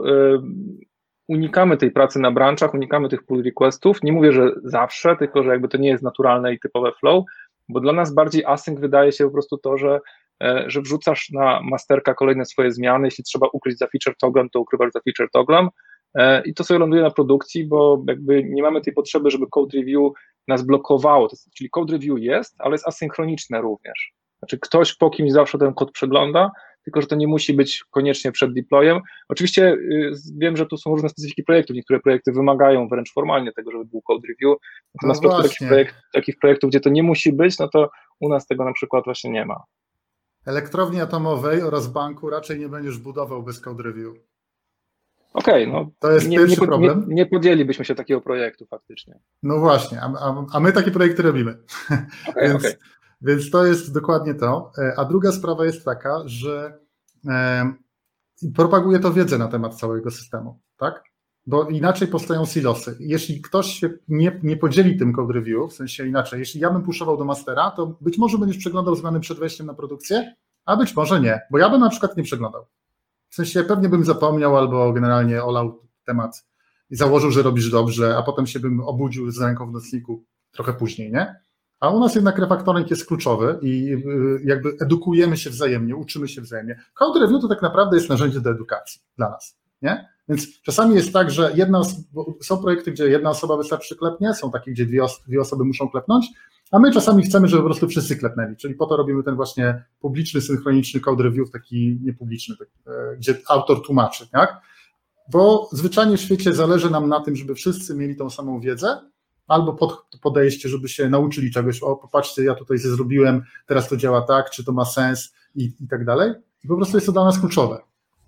unikamy tej pracy na branchach, unikamy tych pull requestów. Nie mówię, że zawsze, tylko że jakby to nie jest naturalne i typowe flow, bo dla nas bardziej async wydaje się po prostu to, że, że wrzucasz na masterka kolejne swoje zmiany, jeśli trzeba ukryć za feature togglem, to ukrywasz za feature togglem i to sobie ląduje na produkcji, bo jakby nie mamy tej potrzeby, żeby code review nas blokowało, czyli code review jest, ale jest asynchroniczne również. Znaczy ktoś po kimś zawsze ten kod przegląda, tylko że to nie musi być koniecznie przed deployem. Oczywiście y, wiem, że tu są różne specyfiki projektów, niektóre projekty wymagają wręcz formalnie tego, żeby był code review, natomiast no takich, projekt, takich projektów, gdzie to nie musi być, no to u nas tego na przykład właśnie nie ma. Elektrowni atomowej oraz banku raczej nie będziesz budował bez code review. Okej, okay, no to jest nie, pierwszy nie, problem. Nie, nie podjęlibyśmy się takiego projektu faktycznie. No właśnie, a, a, a my takie projekty robimy. Okay, Więc, okay. Więc to jest dokładnie to. A druga sprawa jest taka, że e, propaguje to wiedzę na temat całego systemu, tak? Bo inaczej powstają silosy. Jeśli ktoś się nie, nie podzieli tym code review, w sensie inaczej, jeśli ja bym puszował do mastera, to być może będziesz przeglądał zmiany przed wejściem na produkcję, a być może nie, bo ja bym na przykład nie przeglądał. W sensie pewnie bym zapomniał albo generalnie olał temat i założył, że robisz dobrze, a potem się bym obudził z ręką w nocniku trochę później, nie? A u nas jednak refaktoring jest kluczowy i jakby edukujemy się wzajemnie, uczymy się wzajemnie. Code review to tak naprawdę jest narzędzie do edukacji dla nas, nie? Więc czasami jest tak, że jedna osoba, są projekty, gdzie jedna osoba wystarczy klepnie, są takie, gdzie dwie, os- dwie osoby muszą klepnąć, a my czasami chcemy, żeby po prostu wszyscy klepnęli, czyli po to robimy ten właśnie publiczny, synchroniczny code review, taki niepubliczny, taki, gdzie autor tłumaczy, tak? Bo zwyczajnie w świecie zależy nam na tym, żeby wszyscy mieli tą samą wiedzę, albo pod, podejście, żeby się nauczyli czegoś, o popatrzcie, ja tutaj się zrobiłem, teraz to działa tak, czy to ma sens i, i tak dalej. I po prostu jest to dla nas kluczowe.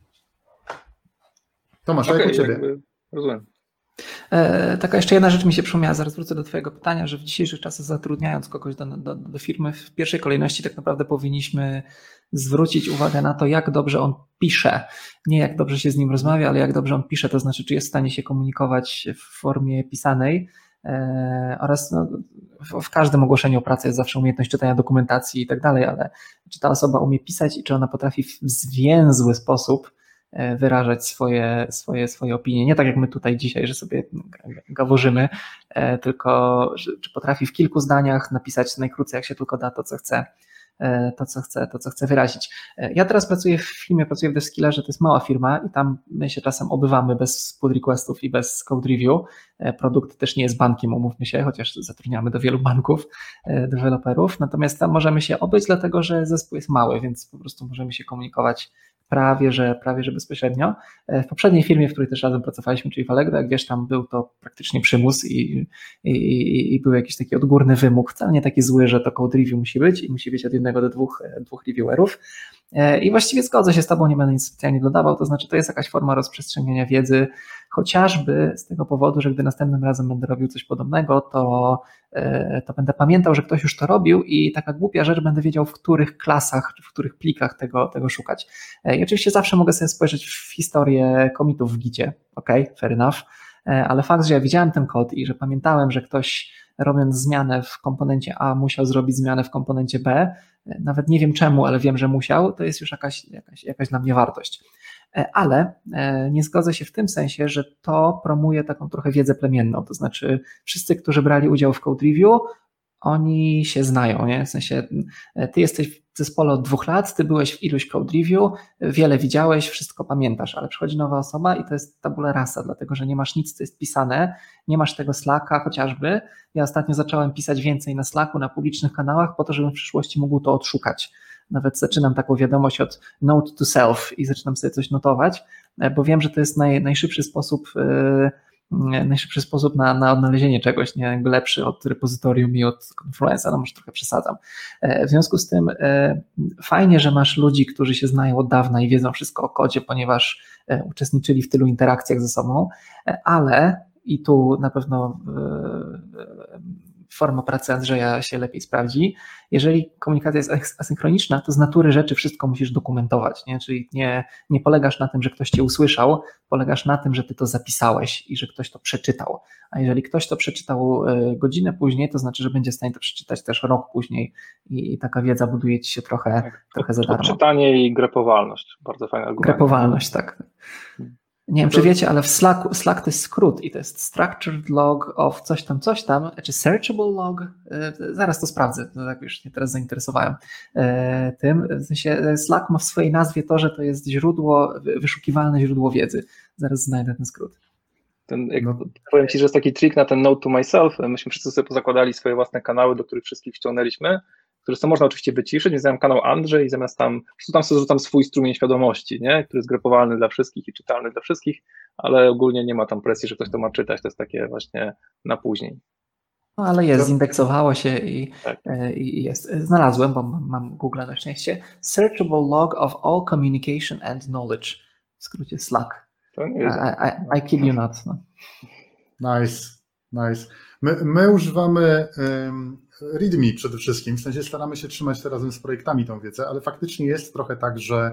Tomasz, okay, a jak u ciebie? Rozumiem. E, taka jeszcze jedna rzecz mi się przypomniała, zaraz wrócę do twojego pytania, że w dzisiejszych czasach zatrudniając kogoś do, do, do firmy, w pierwszej kolejności tak naprawdę powinniśmy zwrócić uwagę na to, jak dobrze on pisze. Nie jak dobrze się z nim rozmawia, ale jak dobrze on pisze, to znaczy, czy jest w stanie się komunikować w formie pisanej, e, oraz no, w, w każdym ogłoszeniu o pracy jest zawsze umiejętność czytania dokumentacji i tak dalej, ale czy ta osoba umie pisać i czy ona potrafi w zwięzły sposób wyrażać swoje, swoje, swoje opinie. Nie tak jak my tutaj dzisiaj, że sobie gaworzymy, tylko czy potrafi w kilku zdaniach napisać najkrócej, jak się tylko da, to co chce, to co chce, to co chce wyrazić. Ja teraz pracuję w firmie, pracuję w DevSkillerze, to jest mała firma i tam my się czasem obywamy bez pull requestów i bez code review. Produkt też nie jest bankiem, umówmy się, chociaż zatrudniamy do wielu banków deweloperów, natomiast tam możemy się obyć, dlatego że zespół jest mały, więc po prostu możemy się komunikować prawie że, prawie że bezpośrednio. W poprzedniej firmie, w której też razem pracowaliśmy, czyli w Allegro, jak wiesz, tam był to praktycznie przymus i, i, i był jakiś taki odgórny wymóg, wcale nie taki zły, że to code review musi być i musi być od jednego do dwóch, dwóch reviewerów. I właściwie zgodzę się z tobą, nie będę nic specjalnie dodawał, to znaczy to jest jakaś forma rozprzestrzeniania wiedzy, chociażby z tego powodu, że gdy następnym razem będę robił coś podobnego, to, to będę pamiętał, że ktoś już to robił i taka głupia rzecz, będę wiedział, w których klasach, czy w których plikach tego, tego szukać. I oczywiście zawsze mogę sobie spojrzeć w historię commitów w gicie, ok, fair enough, ale fakt, że ja widziałem ten kod i że pamiętałem, że ktoś robiąc zmianę w komponencie A musiał zrobić zmianę w komponencie B, nawet nie wiem czemu, ale wiem, że musiał, to jest już jakaś, jakaś, jakaś dla mnie wartość. Ale nie zgodzę się w tym sensie, że to promuje taką trochę wiedzę plemienną, to znaczy wszyscy, którzy brali udział w code review, oni się znają, nie? W sensie ty jesteś zespole od dwóch lat, ty byłeś w iluś code review, wiele widziałeś, wszystko pamiętasz, ale przychodzi nowa osoba i to jest tabula rasa, dlatego że nie masz nic, co jest pisane, nie masz tego Slacka chociażby. Ja ostatnio zacząłem pisać więcej na Slacku, na publicznych kanałach po to, żebym w przyszłości mógł to odszukać. Nawet zaczynam taką wiadomość od note to self i zaczynam sobie coś notować, bo wiem, że to jest naj, najszybszy sposób yy, najszybszy sposób na, na odnalezienie czegoś, nie jakby lepszy od repozytorium i od Confluence'a, no może trochę przesadzam. W związku z tym fajnie, że masz ludzi, którzy się znają od dawna i wiedzą wszystko o kodzie, ponieważ uczestniczyli w tylu interakcjach ze sobą, ale i tu na pewno forma pracy Andrzeja się lepiej sprawdzi. Jeżeli komunikacja jest asynchroniczna, to z natury rzeczy wszystko musisz dokumentować, nie? Czyli nie, nie polegasz na tym, że ktoś cię usłyszał, polegasz na tym, że ty to zapisałeś i że ktoś to przeczytał. A jeżeli ktoś to przeczytał godzinę później, to znaczy, że będzie w stanie to przeczytać też rok później i, i taka wiedza buduje ci się trochę, tak, trochę za darmo. Czytanie i grepowalność, bardzo fajne argumenty. Grepowalność, tak. Nie wiem, czy wiecie, ale w Slacku, Slack to jest skrót i to jest structured log of coś tam, coś tam, czy searchable log, zaraz to sprawdzę, tak już mnie teraz zainteresowałem tym. W sensie Slack ma w swojej nazwie to, że to jest źródło, wyszukiwalne źródło wiedzy. Zaraz znajdę ten skrót. Ten, jak, no. Powiem Ci, że jest taki trik na ten note to myself. Myśmy wszyscy sobie pozakładali swoje własne kanały, do których wszystkich wciągnęliśmy, które co można oczywiście wyciszyć, więc mam kanał Andrzej i zamiast tam, tam sobie rzucam swój strumień świadomości, nie? Który jest grepowalny dla wszystkich i czytalny dla wszystkich, ale ogólnie nie ma tam presji, że ktoś to ma czytać, to jest takie właśnie na później. No ale jest, zindeksowało się i, tak. i jest. Znalazłem, bo mam Google na szczęście. Searchable log of all communication and knowledge. W skrócie Slack. To nie jest. I, I, I kid you not. No. Nice, nice. My, my używamy um, README przede wszystkim, w sensie staramy się trzymać to razem z projektami tą wiedzę, ale faktycznie jest trochę tak, że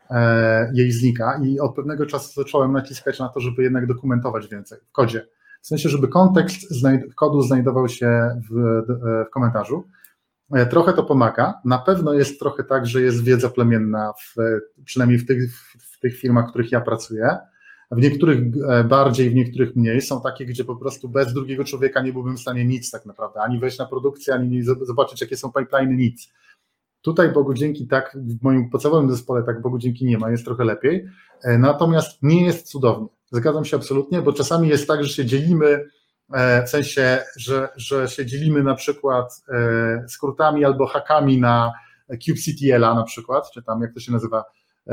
e, jej znika i od pewnego czasu zacząłem naciskać na to, żeby jednak dokumentować więcej w kodzie. W sensie, żeby kontekst znajd- kodu znajdował się w, w komentarzu. E, trochę to pomaga. Na pewno jest trochę tak, że jest wiedza plemienna, w, przynajmniej w tych, w tych firmach, w których ja pracuję. W niektórych bardziej, w niektórych mniej. Są takie, gdzie po prostu bez drugiego człowieka nie byłbym w stanie nic tak naprawdę, ani wejść na produkcję, ani zobaczyć, jakie są pipeliny, nic. Tutaj Bogu dzięki tak, w moim podstawowym zespole tak Bogu dzięki nie ma, jest trochę lepiej, natomiast nie jest cudownie. Zgadzam się absolutnie, bo czasami jest tak, że się dzielimy, w sensie, że, że się dzielimy na przykład skrótami albo hakami na kubectl na przykład, czy tam jak to się nazywa,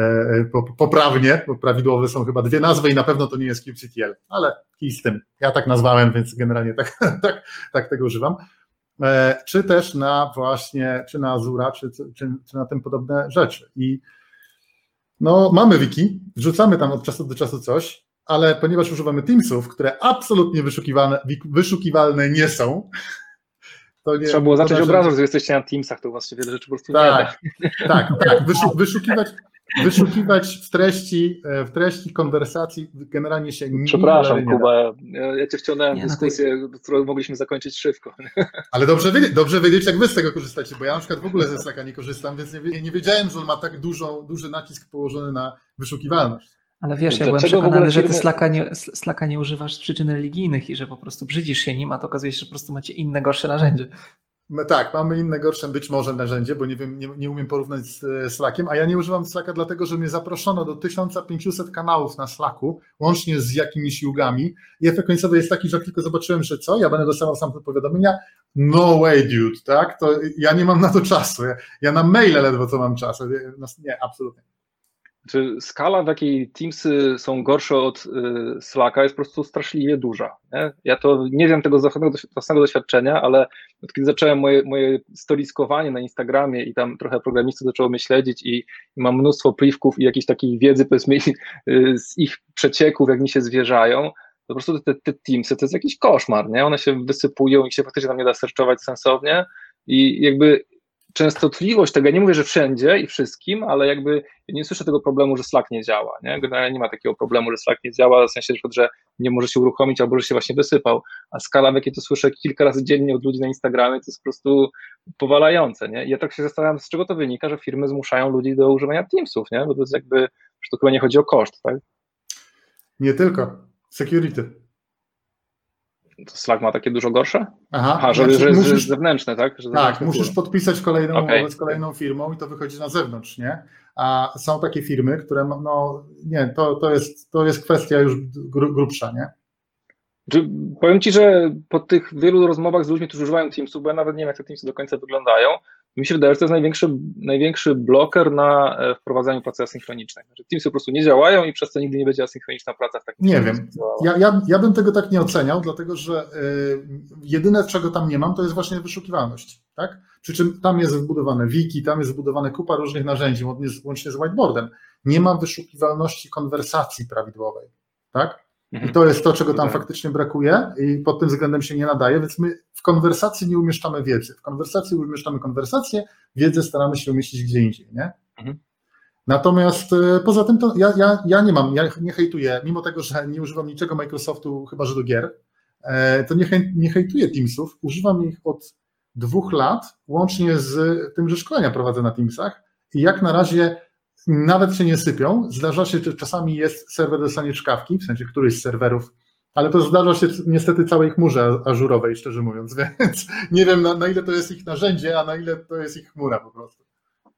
poprawnie, bo prawidłowe są chyba dwie nazwy i na pewno to nie jest kubectl, ale i z tym. Ja tak nazwałem, więc generalnie tak, tak, tak tego używam. Czy też na właśnie, czy na Azura, czy, czy, czy na tym podobne rzeczy. I no, mamy wiki, wrzucamy tam od czasu do czasu coś, ale ponieważ używamy Teamsów, które absolutnie wyszukiwane, wyszukiwalne nie są, to nie... Trzeba było zacząć od razu, że jesteście na Teamsach, to u was się wiele rzeczy po prostu tak, nie da. Tak, tak, wyszukiwać... Wyszukiwać w treści, w treści konwersacji generalnie się nie Przepraszam, nie Kuba, ja, ja cię wciągnąłem nie, w dyskusję, no to... którą mogliśmy zakończyć szybko. Ale dobrze wiedzieć, dobrze wiedzieć, jak wy z tego korzystacie, bo ja na przykład w ogóle ze Slacka nie korzystam, więc nie, nie wiedziałem, że on ma tak dużo, duży nacisk położony na wyszukiwalność. Ale wiesz, ja byłem przekonany, że ty Slacka nie, Slacka nie używasz z przyczyn religijnych i że po prostu brzydzisz się nim, a to okazuje się, że po prostu macie inne, gorsze narzędzie. Tak, mamy inne, gorsze być może narzędzie, bo nie wiem, nie, nie umiem porównać z Slackiem, a ja nie używam Slacka dlatego, że mnie zaproszono do tysiąc pięćset kanałów na Slacku, łącznie z jakimiś jugami i efekt końcowy jest taki, że tylko zobaczyłem, że co, ja będę dostawał sam te powiadomienia, no way dude, tak, to ja nie mam na to czasu, ja, ja na maile ledwo co mam czas, nie, absolutnie. Czy skala, w jakiej Teamsy są gorsze od y, Slacka, jest po prostu straszliwie duża. Nie? Ja to nie wiem tego z własnego doświadczenia, ale od kiedy zacząłem moje, moje storiskowanie na Instagramie i tam trochę programistów zaczęło mnie śledzić i, i mam mnóstwo pliwków i jakiejś takiej wiedzy, powiedzmy, y, z ich przecieków, jak mi się zwierzają, to po prostu te, te Teamsy to jest jakiś koszmar, nie? One się wysypują i się faktycznie tam nie da searchować sensownie i jakby częstotliwość tego, ja nie mówię, że wszędzie i wszystkim, ale jakby ja nie słyszę tego problemu, że Slack nie działa, nie? Generalnie nie ma takiego problemu, że Slack nie działa, w sensie, że nie może się uruchomić albo że się właśnie wysypał, a skala, w jakiej to słyszę kilka razy dziennie od ludzi na Instagramie, to jest po prostu powalające, nie? I ja tak się zastanawiam, z czego to wynika, że firmy zmuszają ludzi do używania Teamsów, nie? Bo to jest jakby, że to chyba nie chodzi o koszt, tak? Nie tylko, security. to Slack ma takie dużo gorsze? Aha, Aha, że, znaczy że, że musisz, zewnętrzne, tak? Że tak, zewnętrzne musisz firmy. podpisać kolejną Okay. umowę z kolejną firmą i to wychodzi na zewnątrz, nie? A są takie firmy, które, no nie, to, to, jest, to jest kwestia już gru, grubsza, nie? Czy, powiem Ci, że po tych wielu rozmowach z ludźmi, którzy używają Teamsów, bo ja nawet nie wiem, jak te Teamsy do końca wyglądają, mi się wydaje, że to jest największy, największy bloker na wprowadzaniu pracy asynchronicznej. Że Teamsy po prostu nie działają i przez to nigdy nie będzie asynchroniczna praca w takim Nie wiem, ja, ja, ja bym tego tak nie oceniał, dlatego że y, jedyne, czego tam nie mam, to jest właśnie wyszukiwalność, tak? Przy czym tam jest wbudowane wiki, tam jest wbudowane kupa różnych narzędzi, łącznie z whiteboardem. Nie ma wyszukiwalności konwersacji prawidłowej, tak? I to jest to, czego tam faktycznie brakuje i pod tym względem się nie nadaje, więc my w konwersacji nie umieszczamy wiedzy. W konwersacji umieszczamy konwersację, wiedzę staramy się umieścić gdzie indziej, nie? Mhm. Natomiast poza tym to ja, ja, ja nie mam, ja nie hejtuję, mimo tego, że nie używam niczego Microsoftu, chyba że do gier, to nie, hej, nie hejtuję Teamsów, używam ich od dwóch lat, łącznie z tym, że szkolenia prowadzę na Teamsach i jak na razie nawet się nie sypią. Zdarza się, że czasami jest serwer dostanie czkawki, w sensie któryś z serwerów, ale to zdarza się niestety całej chmurze ażurowej, szczerze mówiąc, więc nie wiem na, na ile to jest ich narzędzie, a na ile to jest ich chmura po prostu.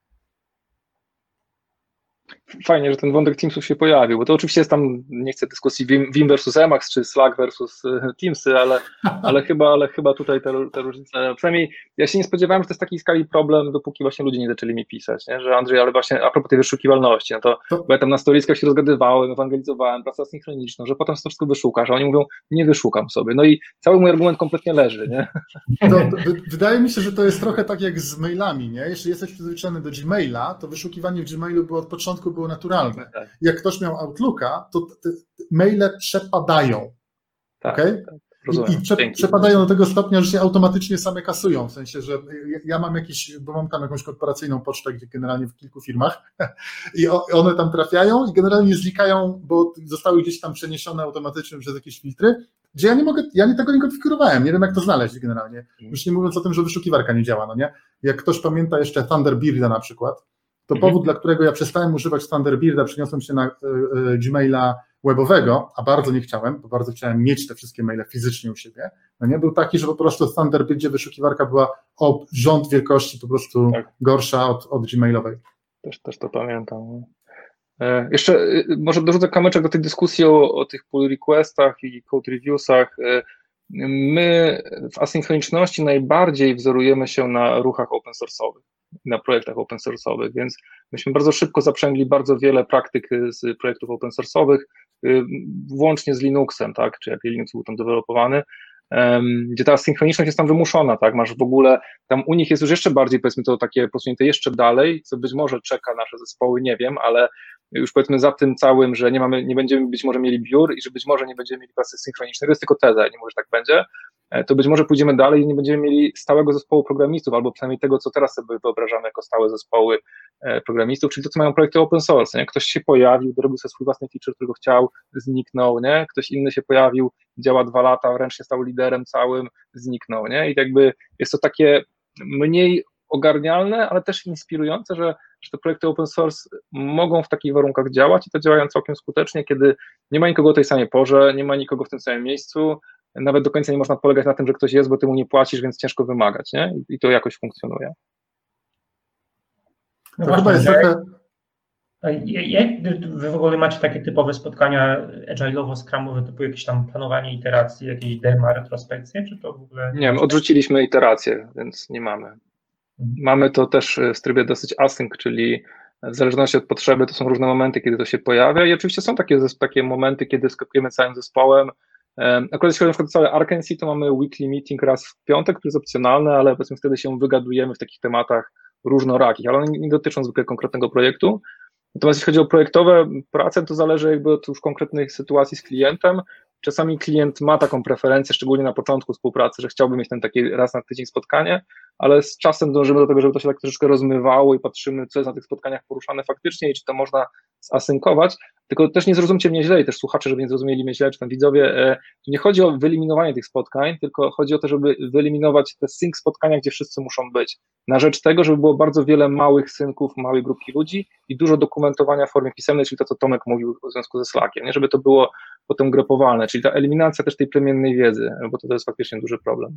Fajnie, że ten wątek Teamsów się pojawił, bo to oczywiście jest tam, nie chcę dyskusji Vim versus Emacs, czy Slack versus Teamsy, ale, ale, chyba, ale chyba tutaj te, te różnice, przynajmniej ja się nie spodziewałem, że to jest takiej skali problem, dopóki właśnie ludzie nie zaczęli mi pisać, nie? Że Andrzej, ale właśnie a propos tej wyszukiwalności, no to, to... bo ja tam na storieskach się rozgadywałem, ewangelizowałem, pracę asynchroniczną, że potem to wszystko wyszukasz, a oni mówią, nie wyszukam sobie, no i cały mój argument kompletnie leży, nie? To, to, wydaje mi się, że to jest trochę tak jak z mailami, nie? Jeśli jesteś przyzwyczajony do Gmaila, to wyszukiwanie w Gmailu było od początku było naturalne. Tak. Jak ktoś miał Outlooka, to te maile przepadają. Tak, okay? tak, I, i prze, przepadają do tego stopnia, że się automatycznie same kasują. W sensie, że ja, ja mam jakiś, bo mam tam jakąś korporacyjną pocztę, gdzie generalnie w kilku firmach i o, one tam trafiają i generalnie znikają, bo zostały gdzieś tam przeniesione automatycznie przez jakieś filtry, gdzie ja nie mogę, ja nie tego nie konfigurowałem, nie wiem jak to znaleźć generalnie. Już nie mówiąc o tym, że wyszukiwarka nie działa, no nie? Jak ktoś pamięta jeszcze Thunderbirda na przykład, to mhm. powód, dla którego ja przestałem używać Thunderbirda, przeniosłem się na y, y, Gmaila webowego, a bardzo nie chciałem, bo bardzo chciałem mieć te wszystkie maile fizycznie u siebie, no nie, był taki, że po prostu w Thunderbirdzie wyszukiwarka była o rząd wielkości po prostu tak. gorsza od, od gmailowej. Też, też to pamiętam. E, jeszcze może dorzucę kamyczek do tej dyskusji o, o tych pull requestach i code reviewsach. E, my w asynchroniczności najbardziej wzorujemy się na ruchach open source'owych, na projektach open source'owych, więc myśmy bardzo szybko zaprzęgli bardzo wiele praktyk z projektów open source'owych, włącznie z Linuxem, tak, czy jak Linux był tam dewelopowany, gdzie ta synchroniczność jest tam wymuszona, tak, masz w ogóle, tam u nich jest już jeszcze bardziej, powiedzmy to takie posunięte jeszcze dalej, co być może czeka nasze zespoły, nie wiem, ale już powiedzmy za tym całym, że nie mamy, nie będziemy być może mieli biur i że być może nie będziemy mieli pracy synchronicznej, to jest tylko teza, ja nie mówię, że tak będzie, to być może pójdziemy dalej i nie będziemy mieli stałego zespołu programistów, albo przynajmniej tego, co teraz sobie wyobrażamy jako stałe zespoły programistów, czyli to, co mają projekty open source, nie? Ktoś się pojawił, dorobił sobie swój własny feature, którego chciał, zniknął, nie? Ktoś inny się pojawił, działa dwa lata, ręcznie stał liderem całym, zniknął, nie? I jakby jest to takie mniej ogarnialne, ale też inspirujące, że, że te projekty open source mogą w takich warunkach działać i to działają całkiem skutecznie, kiedy nie ma nikogo o tej samej porze, nie ma nikogo w tym samym miejscu, nawet do końca nie można polegać na tym, że ktoś jest, bo ty mu nie płacisz, więc ciężko wymagać, nie? I to jakoś funkcjonuje. No to chyba jest trochę... Jak wy w ogóle macie takie typowe spotkania agile'owo-scrumowe, typu jakieś tam planowanie iteracji, jakieś dema, retrospekcje, czy to w ogóle... Nie wiem, odrzuciliśmy iteracje, więc nie mamy. Mamy to też w trybie dosyć async, czyli w zależności od potrzeby to są różne momenty, kiedy to się pojawia i oczywiście są takie, takie momenty, kiedy skakujemy całym zespołem. Akurat jeśli chodzi na przykład o całe Arkansas, to mamy weekly meeting raz w piątek, który jest opcjonalny, ale powiedzmy wtedy się wygadujemy w takich tematach różnorakich, ale one nie dotyczą zwykle konkretnego projektu. Natomiast jeśli chodzi o projektowe prace, to zależy jakby od już konkretnych sytuacji z klientem. Czasami klient ma taką preferencję, szczególnie na początku współpracy, że chciałby mieć ten taki raz na tydzień spotkanie, ale z czasem dążymy do tego, żeby to się tak troszeczkę rozmywało i patrzymy, co jest na tych spotkaniach poruszane faktycznie i czy to można zasynkować, Tylko też nie zrozumcie mnie źle i też słuchacze, żeby nie zrozumieli mnie źle, czy tam widzowie, tu nie chodzi o wyeliminowanie tych spotkań, tylko chodzi o to, żeby wyeliminować te sync spotkania, gdzie wszyscy muszą być, na rzecz tego, żeby było bardzo wiele małych synków, małej grupki ludzi i dużo dokumentowania w formie pisemnej, czyli to, co Tomek mówił w związku ze Slackiem, nie? Żeby to było potem grupowalne, czyli ta eliminacja też tej plemiennej wiedzy, bo to, to jest faktycznie duży problem.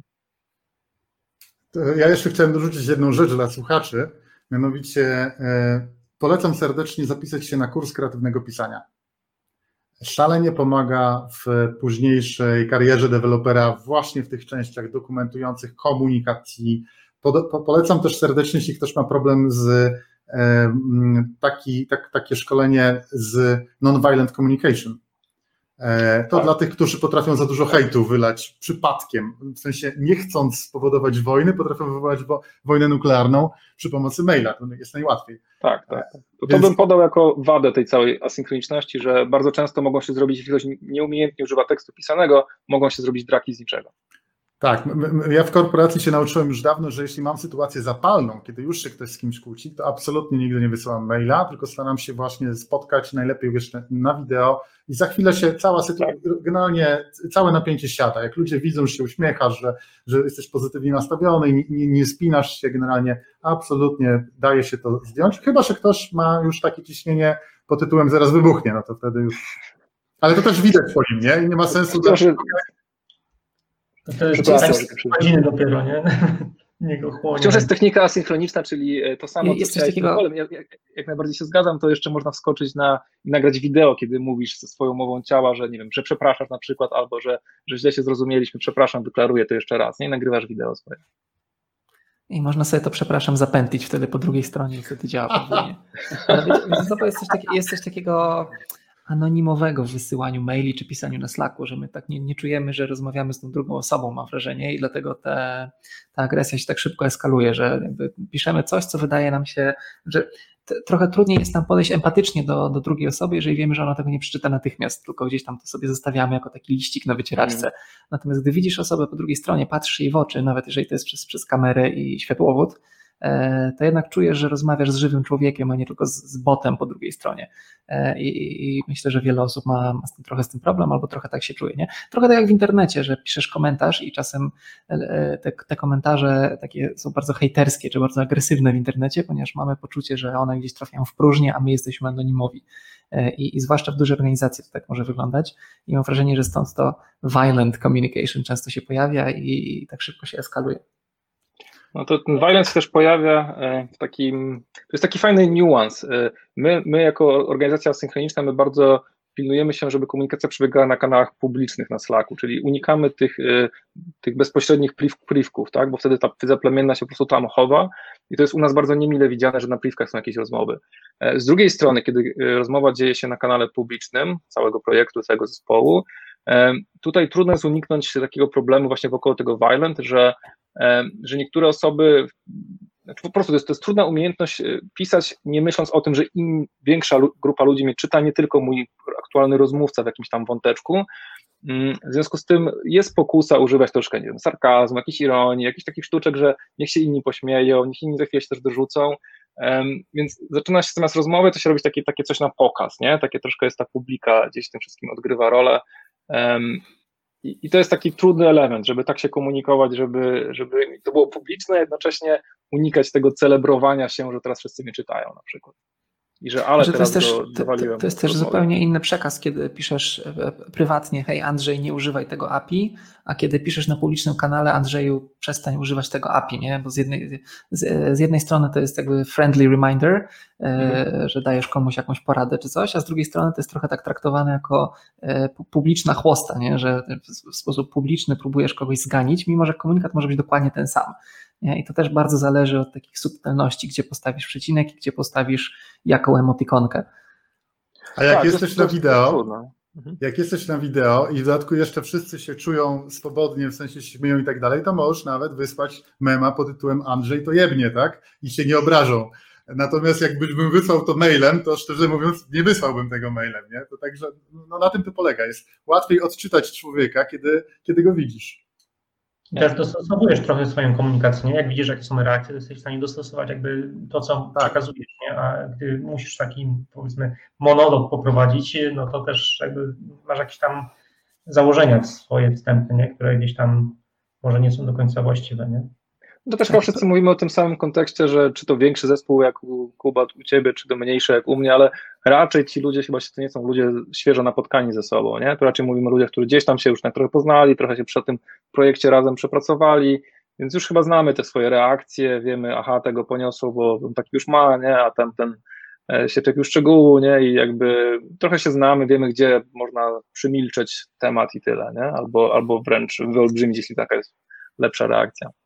Ja jeszcze chciałem dorzucić jedną rzecz dla słuchaczy, mianowicie e, polecam serdecznie zapisać się na kurs kreatywnego pisania. Szalenie pomaga w późniejszej karierze dewelopera właśnie w tych częściach dokumentujących komunikacji. Po, po, polecam też serdecznie, jeśli ktoś ma problem z e, taki, tak, takie szkolenie z non-violent communication. To tak. Dla tych, którzy potrafią za dużo hejtu wylać przypadkiem, w sensie nie chcąc spowodować wojny, potrafią wywołać wo- wojnę nuklearną przy pomocy maila, to jest najłatwiej. Tak, tak. To, Więc... to bym podał jako wadę tej całej asynchroniczności, że bardzo często mogą się zrobić, jeśli ktoś nieumiejętnie używa tekstu pisanego, mogą się zrobić draki z niczego. Tak, ja w korporacji się nauczyłem już dawno, że jeśli mam sytuację zapalną, kiedy już się ktoś z kimś kłóci, to absolutnie nigdy nie wysyłam maila, tylko staram się właśnie spotkać, najlepiej jeszcze na wideo i za chwilę się cała sytuacja, generalnie całe napięcie siada. Jak ludzie widzą, że się uśmiechasz, że, że jesteś pozytywnie nastawiony i nie, nie spinasz się generalnie, absolutnie daje się to zdjąć, chyba że ktoś ma już takie ciśnienie pod tytułem zaraz wybuchnie, no to wtedy już... Ale to też widać po nim, nie? I nie ma sensu... To, że... To, to jest tak godziny dopiero, nie? Nie go chłonie. Wciąż jest technika asynchroniczna, czyli to samo, jest co coś takiego... jak, jak, jak najbardziej się zgadzam, to jeszcze można wskoczyć na i nagrać wideo, kiedy mówisz ze swoją mową ciała, że nie wiem, że przepraszasz na przykład, albo że, że źle się zrozumieliśmy, przepraszam, deklaruję to jeszcze raz, nie? I nagrywasz wideo swoje. I można sobie to, przepraszam, zapętlić wtedy po drugiej stronie i wtedy działa podwójnie. Ale wiecie, jest coś, taki, jest coś takiego anonimowego w wysyłaniu maili czy pisaniu na Slacku, że my tak nie, nie czujemy, że rozmawiamy z tą drugą osobą, mam wrażenie, i dlatego te, ta agresja się tak szybko eskaluje, że jakby piszemy coś, co wydaje nam się, że t- trochę trudniej jest nam podejść empatycznie do, do drugiej osoby, jeżeli wiemy, że ona tego nie przeczyta natychmiast, tylko gdzieś tam to sobie zostawiamy jako taki liścik na wycieraczce. Mm. Natomiast gdy widzisz osobę po drugiej stronie, patrzysz jej w oczy, nawet jeżeli to jest przez, przez kamerę i światłowód, to jednak czujesz, że rozmawiasz z żywym człowiekiem, a nie tylko z, z botem po drugiej stronie. I, i myślę, że wiele osób ma, ma z tym, trochę z tym problem, albo trochę tak się czuje. Nie? Trochę tak jak w internecie, że piszesz komentarz i czasem te, te komentarze takie są bardzo hejterskie, czy bardzo agresywne w internecie, ponieważ mamy poczucie, że one gdzieś trafiają w próżnię, a my jesteśmy anonimowi. I, i zwłaszcza w dużej organizacji to tak może wyglądać. I mam wrażenie, że stąd to violent communication często się pojawia i, i tak szybko się eskaluje. No to ten violence też pojawia w takim, to jest taki fajny niuans. My, my jako organizacja asynchroniczna, my bardzo pilnujemy się, żeby komunikacja przebiegała na kanałach publicznych na Slacku, czyli unikamy tych, tych bezpośrednich pliwków, tak? Bo wtedy ta wiedza plemienna się po prostu tam chowa i to jest u nas bardzo niemile widziane, że na pliwkach są jakieś rozmowy. Z drugiej strony, kiedy rozmowa dzieje się na kanale publicznym całego projektu, całego zespołu, tutaj trudno jest uniknąć takiego problemu właśnie wokoło tego violent, że, że niektóre osoby, znaczy po prostu to jest, to jest trudna umiejętność pisać, nie myśląc o tym, że im większa grupa ludzi mnie czyta, nie tylko mój aktualny rozmówca w jakimś tam wąteczku. W związku z tym jest pokusa używać troszkę, nie wiem, sarkazmu, jakiejś ironii, jakichś takich sztuczek, że niech się inni pośmieją, niech inni za chwilę się też dorzucą. Um, więc zaczyna się zamiast rozmowy, to się robić takie, takie coś na pokaz, nie? Takie troszkę jest ta publika gdzieś tym wszystkim odgrywa rolę. Um, i, I to jest taki trudny element, żeby tak się komunikować, żeby, żeby to było publiczne, jednocześnie unikać tego celebrowania się, że teraz wszyscy mnie czytają na przykład. I że ale że teraz to jest go też, dowaliłem. To, to jest też rozmowy. Zupełnie inny przekaz, kiedy piszesz prywatnie, hej Andrzej, nie używaj tego A P I, a kiedy piszesz na publicznym kanale, Andrzeju, przestań używać tego A P I, nie? Bo z jednej, z, z jednej strony to jest jakby friendly reminder, mhm. że dajesz komuś jakąś poradę czy coś, a z drugiej strony to jest trochę tak traktowane jako publiczna chłosta, nie? Że w sposób publiczny próbujesz kogoś zganić, mimo że komunikat może być dokładnie ten sam. Nie? I to też bardzo zależy od takich subtelności, gdzie postawisz przecinek i gdzie postawisz jaką emotikonkę. A jak tak, jesteś na wideo, mhm. jak jesteś na wideo i w dodatku jeszcze wszyscy się czują swobodnie, w sensie się śmieją i tak dalej, to możesz nawet wysłać mema pod tytułem Andrzej to jebnie, tak? I się nie obrażą. Natomiast jakbym wysłał to mailem, to szczerze mówiąc nie wysłałbym tego mailem, nie? To także no, na tym to polega. Jest łatwiej odczytać człowieka, kiedy, kiedy go widzisz. I też dostosowujesz trochę swoją komunikację, nie? Jak widzisz, jakie są reakcje, to jesteś w stanie dostosować jakby to, co tak. przekazujesz, nie? A gdy musisz taki, powiedzmy, monolog poprowadzić, no to też jakby masz jakieś tam założenia swoje wstępne, nie? Które gdzieś tam może nie są do końca właściwe, nie? To też chyba wszyscy mówimy o tym samym kontekście, że czy to większy zespół jak u Kuba, u ciebie, czy to mniejszy jak u mnie, ale raczej ci ludzie chyba to nie są ludzie świeżo napotkani ze sobą, nie? To raczej mówimy o ludziach, którzy gdzieś tam się już tak trochę poznali, trochę się przy tym projekcie razem przepracowali, więc już chyba znamy te swoje reakcje, wiemy, aha, tego poniosło, bo on taki już ma, nie? A tamten się czepił szczegółu, nie? I jakby trochę się znamy, wiemy, gdzie można przymilczeć temat i tyle, nie? Albo, albo wręcz wyolbrzymić, jeśli taka jest lepsza reakcja.